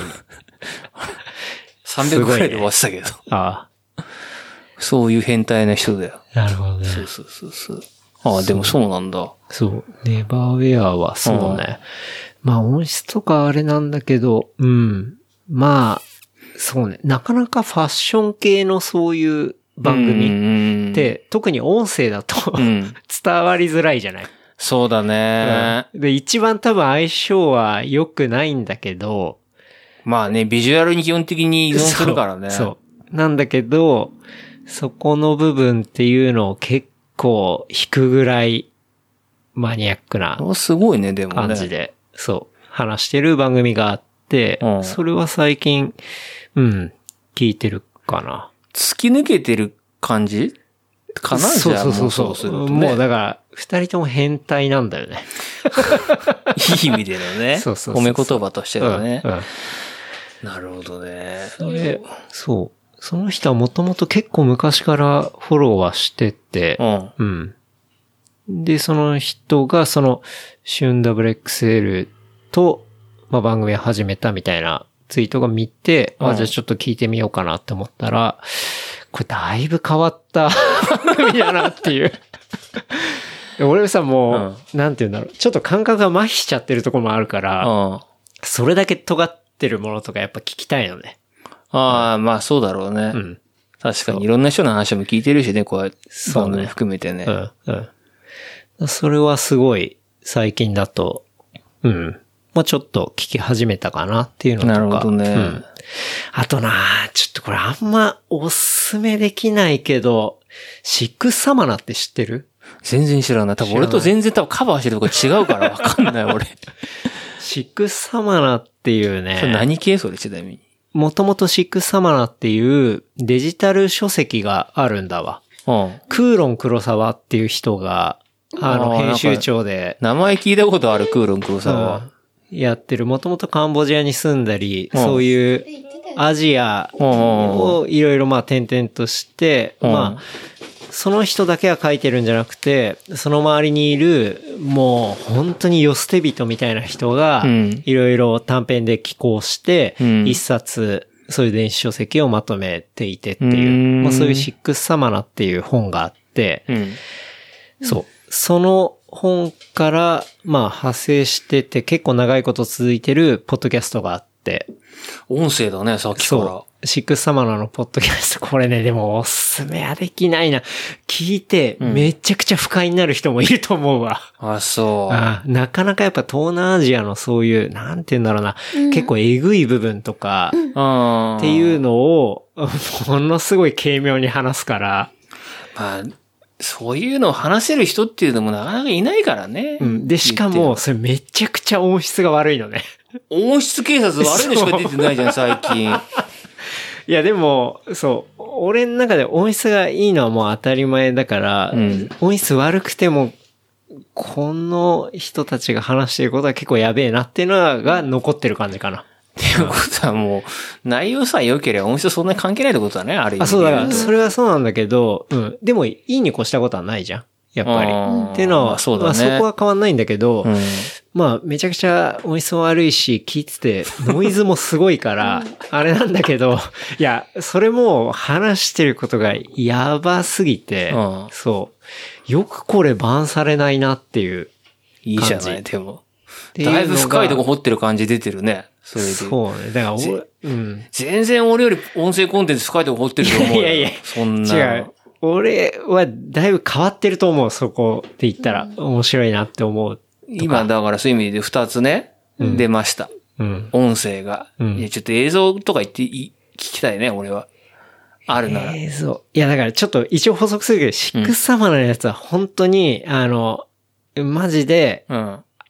さんびゃくくらいで終わってたけど。ね、ああ。そういう変態な人だよ。 なるほどね。 そうそうそうそう。ああ、でもそうなんだ。 そう。ネバーウェアはそうね。うん、まあ音質とかあれなんだけど、うん。まあ、そうね。なかなかファッション系のそういう番組って、特に音声だと、うん、伝わりづらいじゃない？ そうだね、 うん。で、一番多分相性は良くないんだけど、 まあね、ビジュアルに基本的に依存するからね。 そう。そうなんだけど、そこの部分っていうのを結構引くぐらいマニアックなすごいね、でも感じで、そう話してる番組があって、うん、それは最近、うん、聞いてるかな。 突き抜けてる感じかな？ そうそうそうそう。そうね、もうだから、二人とも変態なんだよね。 いい意味でのね。そうそうそうそう。褒め言葉としてはね。うんうん、なるほどね。 それ、そう。その人はもともと結構昔からフォローはしてて、うん。うん。で、その人がその、シュン ダブリューエックスエル と、まあ、番組を始めたみたいなツイートが見て、うん、あ、じゃあちょっと聞いてみようかなって思ったら、これだいぶ変わった番組だなっていう。俺さ、もう、うん、なんて言うんだろう。ちょっと感覚が麻痺しちゃってるところもあるから、うん、それだけ尖ってるものとかやっぱ聞きたいのね。 ああ、まあそうだろうね。うん。確かにいろんな人の話も聞いてるしね、こうやって。そうね。含めてね。うん。 うん。それはすごい最近だと、うん。まあちょっと聞き始めたかなっていうのとか。 なるほどね。うん。 あとな、ちょっとこれあんまおすすめできないけど、シックスサマナって知ってる？ 全然知らない。多分俺と全然多分カバーしてるとこ違うからわかんない俺。 シックスサマナっていうね。 それ何系それちなみに。 もともとシックスサマナっていうデジタル書籍があるんだわ。うん、クーロン黒沢っていう人が、あの、編集長で。 名前聞いたことある、クーロン黒沢。 うん、やってる。もともとカンボジアに住んだり、うん、そういうアジアをいろいろまあ転々として、うん、まあ、その人だけが書いてるんじゃなくて、その周りにいる、もう本当に世捨て人みたいな人が、いろいろ短編で寄稿して、うん、一冊、そういう電子書籍をまとめていてっていう、うんまあ、そういうシックスサマナっていう本があって、うん、そう。その本から、まあ派生してて結構長いこと続いてるポッドキャストがあって、 音声だね、さっきから。そう。 シックスサマナのポッドキャスト、これね、でもおすすめはできないな。聞いて、めちゃくちゃ不快になる人もいると思うわ。 うん、あ、そう。 あ。なかなかやっぱ東南アジアのそういう、なんて言うんだろうな、うん、結構えぐい部分とか、うん、っていうのを、ものすごい軽妙に話すから。 まあ、そういうのを話せる人っていうのもなかなかいないからね。 うん。で、しかも、それめちゃくちゃ音質が悪いのね。 音質警察悪いのしか出てないじゃん、最近。 いや、でも、そう、俺の中で音質がいいのはもう当たり前だから、うん、音質悪くても、この人たちが話してることは結構やべえなっていうのが残ってる感じかな。 っていうことはもう、内容さえ良ければ音質そんなに関係ないってことだね、ある意味。 あ、そうだから、それはそうなんだけど、うん。でも、いいに越したことはないじゃん。やっぱり。っていうのは、まあそうだね、まあそこは変わんないんだけど、うん、まあめちゃくちゃ音質も悪いし、聞いてて、ノイズもすごいから、あれなんだけど、いや、それも話してることがやばすぎて、うん、そう。よくこれバンされないなっていう感じ。 いいじゃない、でも。だいぶ深いとこ掘ってる感じ出てるね。それで。 そうね。だから俺、うん。 全然俺より音声コンテンツ深いとこ掘ってると思うよ。いやいやいや。そんな。 違う。俺はだいぶ変わってると思う、そこって言ったら。面白いなって思う。 今、だからそういう意味で二つね、うん、出ました。うん、音声が、うん。いや、ちょっと映像とか言って聞きたいね、俺は。あるなら。 映像。いや、だからちょっと一応補足するけど、シックスサマナのやつは本当に、うん、あの、マジで、うん、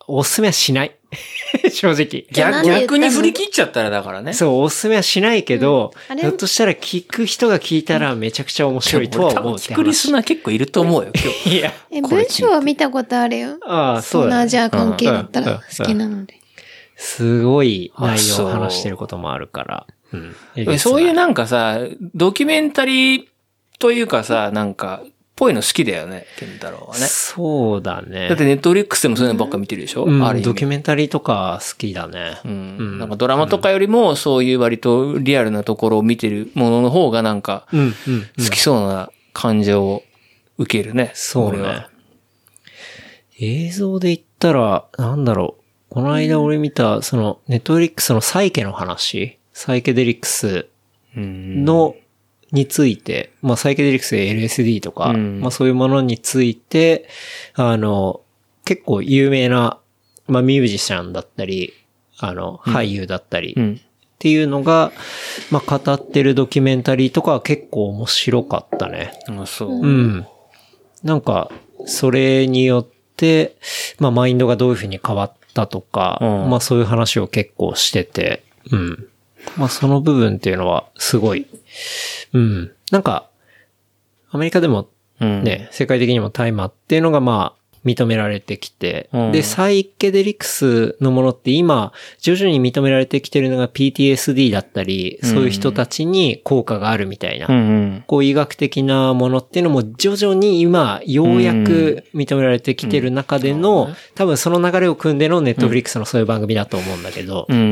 おすすめはしない。正直。 逆、逆に振り切っちゃったらだからね。 そう、おすすめはしないけど、うん、ひょっとしたら聞く人が聞いたらめちゃくちゃ面白いとは思うって話。 聞くリスナー結構いると思うよ、今日。 いや。 え、文章は見たことあるよ。 ああ、そうだ、ね。 東南アジア関係だったら好きなので。 すごい内容を話してることもあるから。 うん、そういうなんかさ、ドキュメンタリーというかさ、なんか、ぽいの好きだよね、健太郎はね。 そうだね。 だってネットフリックスでもそういうのばっか見てるでしょ、 うん、 ある意味。 ドキュメンタリーとか好きだね。 うん。うん、なんかドラマとかよりもそういう割とリアルなところを見てるものの方がなんか、好きそうな感情を受けるね。 そうね。俺は映像で言ったら、なんだろう。この間俺見た、その、ネットフリックスのサイケの話、サイケデリックスの、について、まあサイケデリックスで エルエスディー とか、まあそういうものについて、あの、結構有名な、まあミュージシャンだったり、あの、俳優だったり、っていうのが、まあ語ってるドキュメンタリーとかは結構面白かったね。 あ、そう。 うん。なんか、それによって、まあマインドがどういうふうに変わったとか、うん、まあそういう話を結構してて、うん。まあその部分っていうのはすごい、うん。なんか、アメリカでもね、うん、世界的にも大麻っていうのがまあ認められてきて、うん、で、サイケデリックスのものって今、徐々に認められてきてるのが ピーティーエスディー だったり、そういう人たちに効果があるみたいな、うんうん、こう医学的なものっていうのも徐々に今、ようやく認められてきてる中での、うんうん、多分その流れを組んでのネットフリックスのそういう番組だと思うんだけど、うん、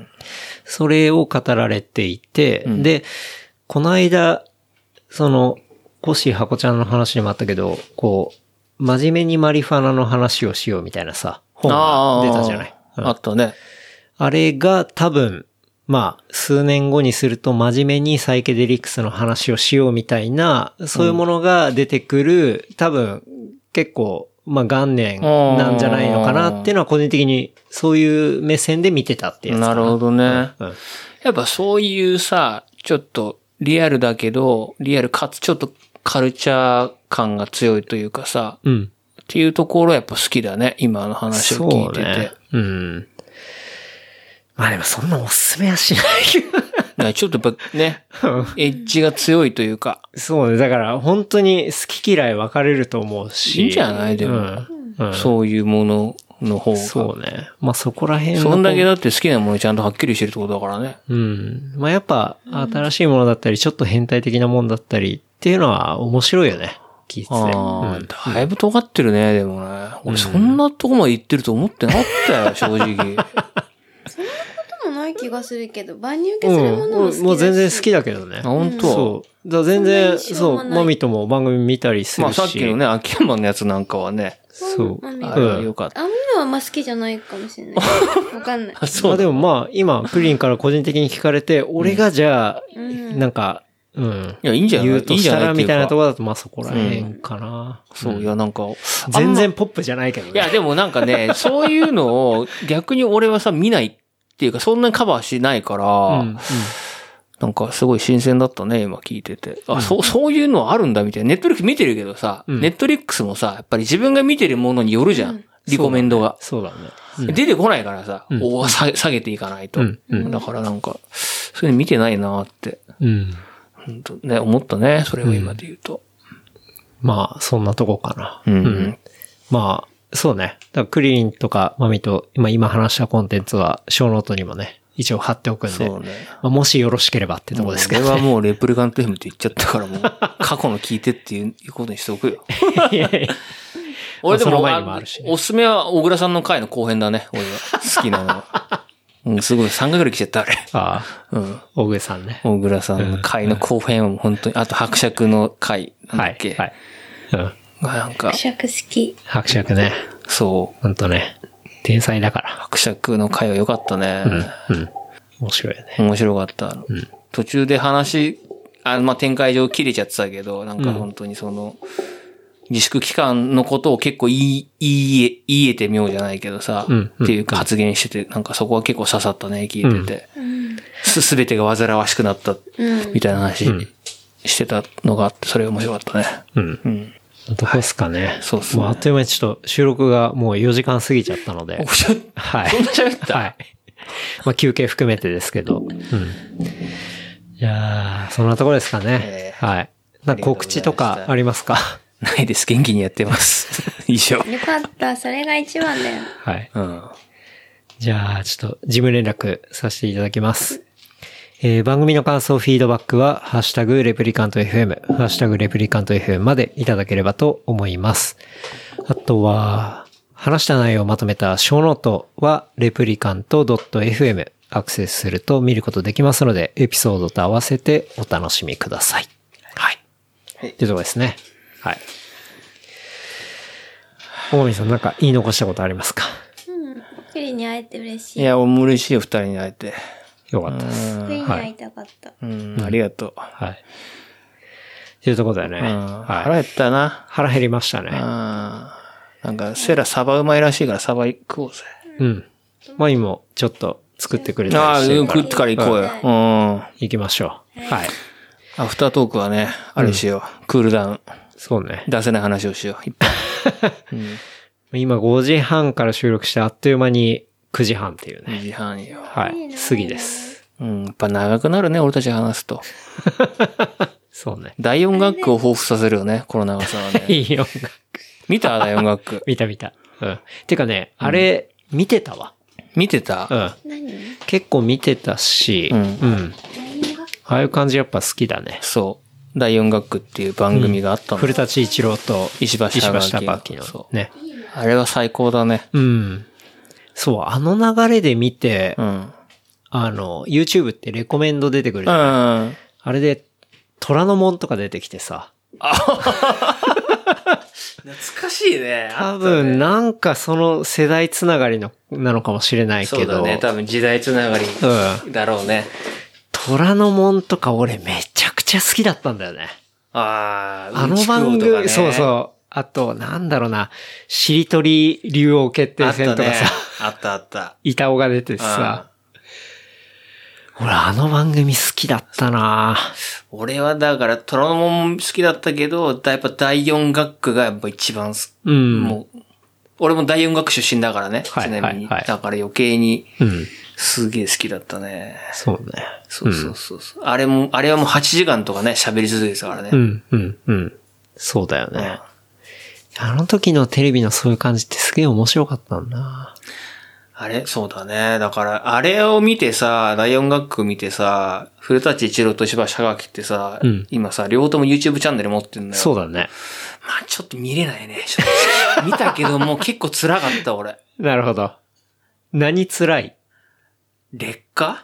それを語られていて、うん、で、この間、その、コッシーハコちゃんの話にもあったけど、こう、真面目にマリファナの話をしようみたいなさ、本が出たじゃない。 あ, うん、あったね。 あれが多分、まあ、数年後にすると真面目にサイケデリックスの話をしようみたいな、そういうものが出てくる、うん、多分、結構、まあ元年なんじゃないのかなっていうのは個人的にそういう目線で見てたってやつかな。 なるほどね。うんうん、やっぱそういうさ、ちょっとリアルだけど、リアルかつちょっとカルチャー感が強いというかさ、うん、っていうところやっぱ好きだね、今の話を聞いてて。そうね。うん。 まあでもそんなおすすめはしないけど。 ちょっとやっぱね、エッジが強いというか。 そうね。だから本当に好き嫌い分かれると思うし。 いいんじゃないでも、うんうん、そういうものの方が。 そうね。まあそこら辺の。 そんだけだって好きなものちゃんとはっきりしてるってことだからね。 うん。まあやっぱ新しいものだったり、ちょっと変態的なものだったりっていうのは面白いよね。聞いてて。 ああ、うん、だいぶ尖ってるね、でもね。俺そんなとこまで行ってると思ってなかったよ、正直。 ない気がするけど、万人受けするものも好きだし、うん、 もう全然好きだけどね。 あ、本当。 そう。だ全然、そう、マミとも番組見たりするし。 まあさっきのね、秋山のやつなんかはね。 そう。 あれよかった。 あんなはあんま好きじゃないかもしれない。わかんない。 あ、そう。まあでもまあ、今、クリーンから個人的に聞かれて、俺がじゃあ、うん、なんか、うん。 いや、いいんじゃない言うとしたらみたいなところだと、まあそこら辺かな。 うん、そう、いや、なんか、 全然ポップじゃないけどね。 いや、でもなんかね、そういうのを逆に俺はさ、見ないっていうか、そんなにカバーしないから、うんうん、なんかすごい新鮮だったね、今聞いてて。あ、うん、そう、そういうのあるんだみたいな。ネットリックス見てるけどさ、うん、ネットリックスもさ、やっぱり自分が見てるものによるじゃん。うん、リコメンドが。 そうだね。 そうだね。出てこないからさ、うん、お下げ、下げていかないと。うんうん、だからなんか、そういうの見てないなって。うん本当ね、思ったね。それを今で言うと。 うん、まあ、そんなとこかな。うん。うん、まあ、そうね。だからクリリンとかマミと今今話したコンテンツは小ノートにもね、一応貼っておくんで。そうね。まあ、もしよろしければってとこですけどね。 これはもうレプリカント エフエム って言っちゃったからもう、過去の聞いてっていうことにしておくよ。いやいや俺でも、まあ、もあるしね、おすすめは小倉さんの回の後編だね。俺は好きなのは。うん、すごい、さんかいぐらい来ちゃった、あれ。ああ。うん。 小倉さんね。 小倉さんの回の後編は本当に、あと伯爵の回なんだっけ。はい。はい。うん。なんか。 伯爵好き。 伯爵ね。 そう。 ほんとね。天才だから。 伯爵の回は良かったね。 うん。うん。面白いよね。 面白かった。うん。途中で話、あまあ、展開上切れちゃってたけど、なんか本当にその、うん自粛期間のことを結構言い、言い、言えてみようじゃないけどさ、うんうん、っていうか発言してて、なんかそこは結構刺さったね、聞いてて。うん、す、すべてが煩わしくなった、みたいな話してたのがあって、それ面白かったね。うん。うん、 どこですかね。 はい、そうそう、ね。 もうあっという間にちょっと収録がもうよじかん過ぎちゃったので。 はい。そんな喋った？ はい。まあ休憩含めてですけど。うん。じゃあ、そんなところですかね。えー、はい。なんか告知とかありますか？ ないです。元気にやってます。以上。 よかった。それが一番だよ。 はい。うん。じゃあ、ちょっと事務連絡させていただきます。えー、番組の感想、フィードバックは、ハッシュタグレプリカント エフエム、ハッシュタグレプリカント エフエム までいただければと思います。あとは、話した内容をまとめた小ノートは、レプリカント エフエム アクセスすると見ることできますので、エピソードと合わせてお楽しみください。はい。はい。というところですね。はい。大見さん、なんか言い残したことありますか？ うん。クリに会えて嬉しい。 いや、俺も嬉しいよ、二人に会えて。 よかったです。 クリに会いたかった。 うん、ありがとう。 はい。っていうところだよね。はい、 腹減ったな。 腹減りましたね。 なんか、セラサバうまいらしいからサバ食おうぜ。 うん。マイもちょっと作ってくれたりしてるから。 ああ、食ってから行こうよ。うん。 行きましょう。はい。 アフタートークはね、あれしよう。クールダウン。 そうね。 出せない話をしよう。いっぱい。 今ごじはんから収録してあっという間にくじはんっていうね。 にじはんよ。 はい。過ぎです。 うん。やっぱ長くなるね、俺たち話すと。 そうね。 第四学区を彷彿させるよね、この長さはね。 第四学区。 見た第四学区。 見た見た。うん。てかね、あれ、見てたわ。 見てた？ うん。結構見てたし、うん。うん。ああいう感じやっぱ好きだね。 そう。第四学区っていう番組があったの。 古舘一郎と石橋貴明の。 そう。ね。あれは最高だね。 うん。そう、あの流れで見て、うん、あの、YouTube ってレコメンド出てくるじゃん。うん、あれで、虎ノ門とか出てきてさ。 懐かしいね。 多分、なんかその世代つながりの、なのかもしれないけど。 そうだね。多分時代つながりだろうね。 うん、虎ノ門とか俺めちゃくちゃ好きだったんだよね。 ああ、 あの番組、ね、そうそう。あと、なんだろうな、しりとり竜王決定戦とかさ。 あったあった。 板尾が出てさ。俺あの番組好きだったな。 俺はだから、虎ノ門も好きだったけど、やっぱ第四学区がやっぱ一番、うん、もう、俺も第四学区出身だからね。はい、ちなみに、はいはい。だから余計に、すげえ好きだったね。 そうね。 そうそうそうそう、うん。あれも、あれはもうはちじかんとかね、喋り続けてたからね。 うん、うん、うん。そうだよね。うん、あの時のテレビのそういう感じってすげえ面白かったんだ。 あれそうだね。だから、あれを見てさ、第四学区見てさ、古舘一郎と石橋貴明ってさ、うん、今さ、両方とも YouTube チャンネル持ってんだよ。 そうだね。 まあちょっと見れないね。ちょっと見たけども結構辛かった俺。 なるほど。何辛い？ 劣化？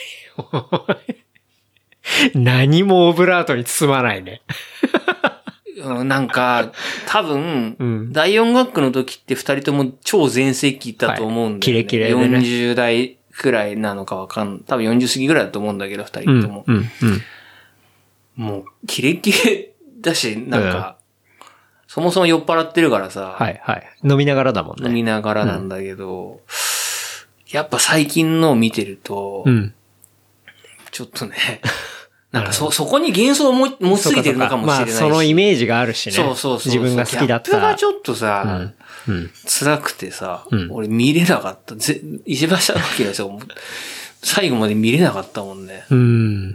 何もオブラートに包まないね。 なんか、多分、うん、第四学区の時って二人とも超全盛期だと思うんだよね。はい、キレキレでね。よんじゅう代くらいなのかわかんない。多分よんじゅう過ぎぐらいだと思うんだけど、二人とも。うんうんうん、もう、キレキレだし、なんか、うん、そもそも酔っ払ってるからさ。 はいはい。飲みながらだもんね。 飲みながらなんだけど、うん、やっぱ最近のを見てると、うん、ちょっとね、なんかそ、そこに幻想を持ちすぎてるのかもしれないし。 まあそのイメージがあるしね。 そうそうそう。 自分が好きだった。 ギャップがちょっとさ、うんうん、辛くてさ、うん、俺見れなかった。ぜ石橋貴明はさ、最後まで見れなかったもんね。 うん。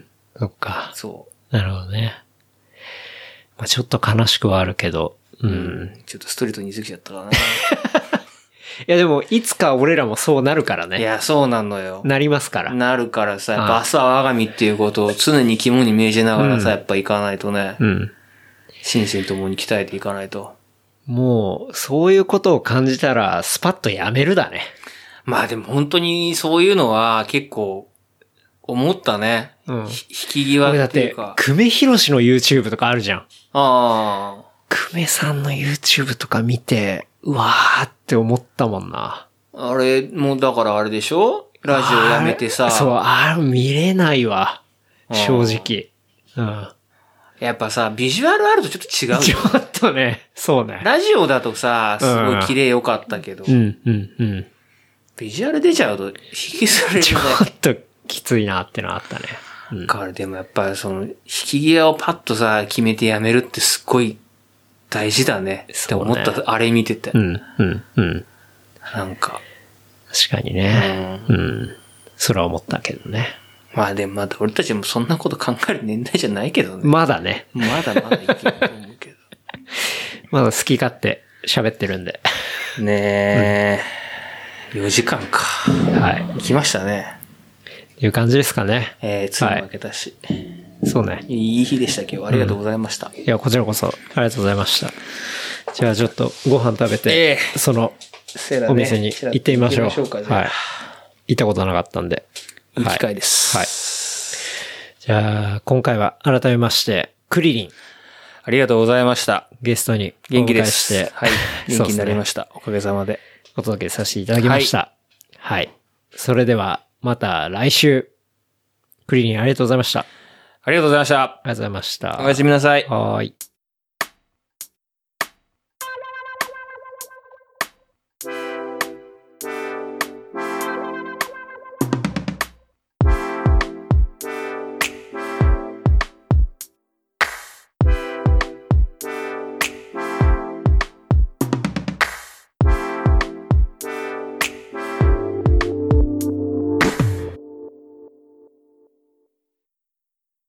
そっか。 そう。 なるほどね。まあちょっと悲しくはあるけど、 うん。うん、ちょっとストレートに言い過ぎちゃったかな。 いやでも、いつか俺らもそうなるからね。 いや、そうなのよ。 なりますから。 なるからさ、やっぱ明日は我が身っていうことを常に肝に銘じながらさ、うん、やっぱ行かないとね。うん。心身ともに鍛えていかないと。 もう、そういうことを感じたら、スパッとやめるだね。 まあでも本当にそういうのは結構、思ったね。うん。引き際っていうか。 だって、久米宏の YouTube とかあるじゃん。 ああ。 久米さんの YouTube とか見て、うわーって思ったもんな。 あれ、もうだからあれでしょ？ラジオやめてさ。 そう、あれ見れないわ。正直。うん。 やっぱさ、ビジュアルあるとちょっと違うよ、ね。 ちょっとね、そうね。 ラジオだとさ、すごい綺麗良かったけど。うん、うん、うん。ビジュアル出ちゃうと引きずられるね。 ちょっときついなってのあったね。 うん。からでもやっぱりその、引き際をパッとさ、決めてやめるってすっごい大事だねって思った、ね、あれ見てて。 うん、うん、うん。 なんか。 確かにね。うん。うん、それは思ったけどね。 まあでもまだ俺たちもそんなこと考える年代じゃないけどね。 まだね。 まだまだいけると思うけど。 まだ好き勝手喋ってるんで。 ねえ、うん。よじかんか。 はい。 来ましたね。 いう感じですかね。 えー、ついに負けたし、はい。 そうね。 いい日でした今日。ありがとうございました。 うん、いや、こちらこそありがとうございました。じゃあちょっとご飯食べて、えー、そのお店に行ってみましょう。行うはい。行ったことなかったんで。 いい機会です。 はい。じゃあ、今回は改めまして、クリリン。 ありがとうございました。 ゲストにお迎えして。はい。元気になりました。ね、おかげさまで。 お届けさせていただきました。はい。はい、それでは、また来週。クリリンありがとうございました。 ありがとうございました。ありがとうございました。 おやすみなさい。 はーい。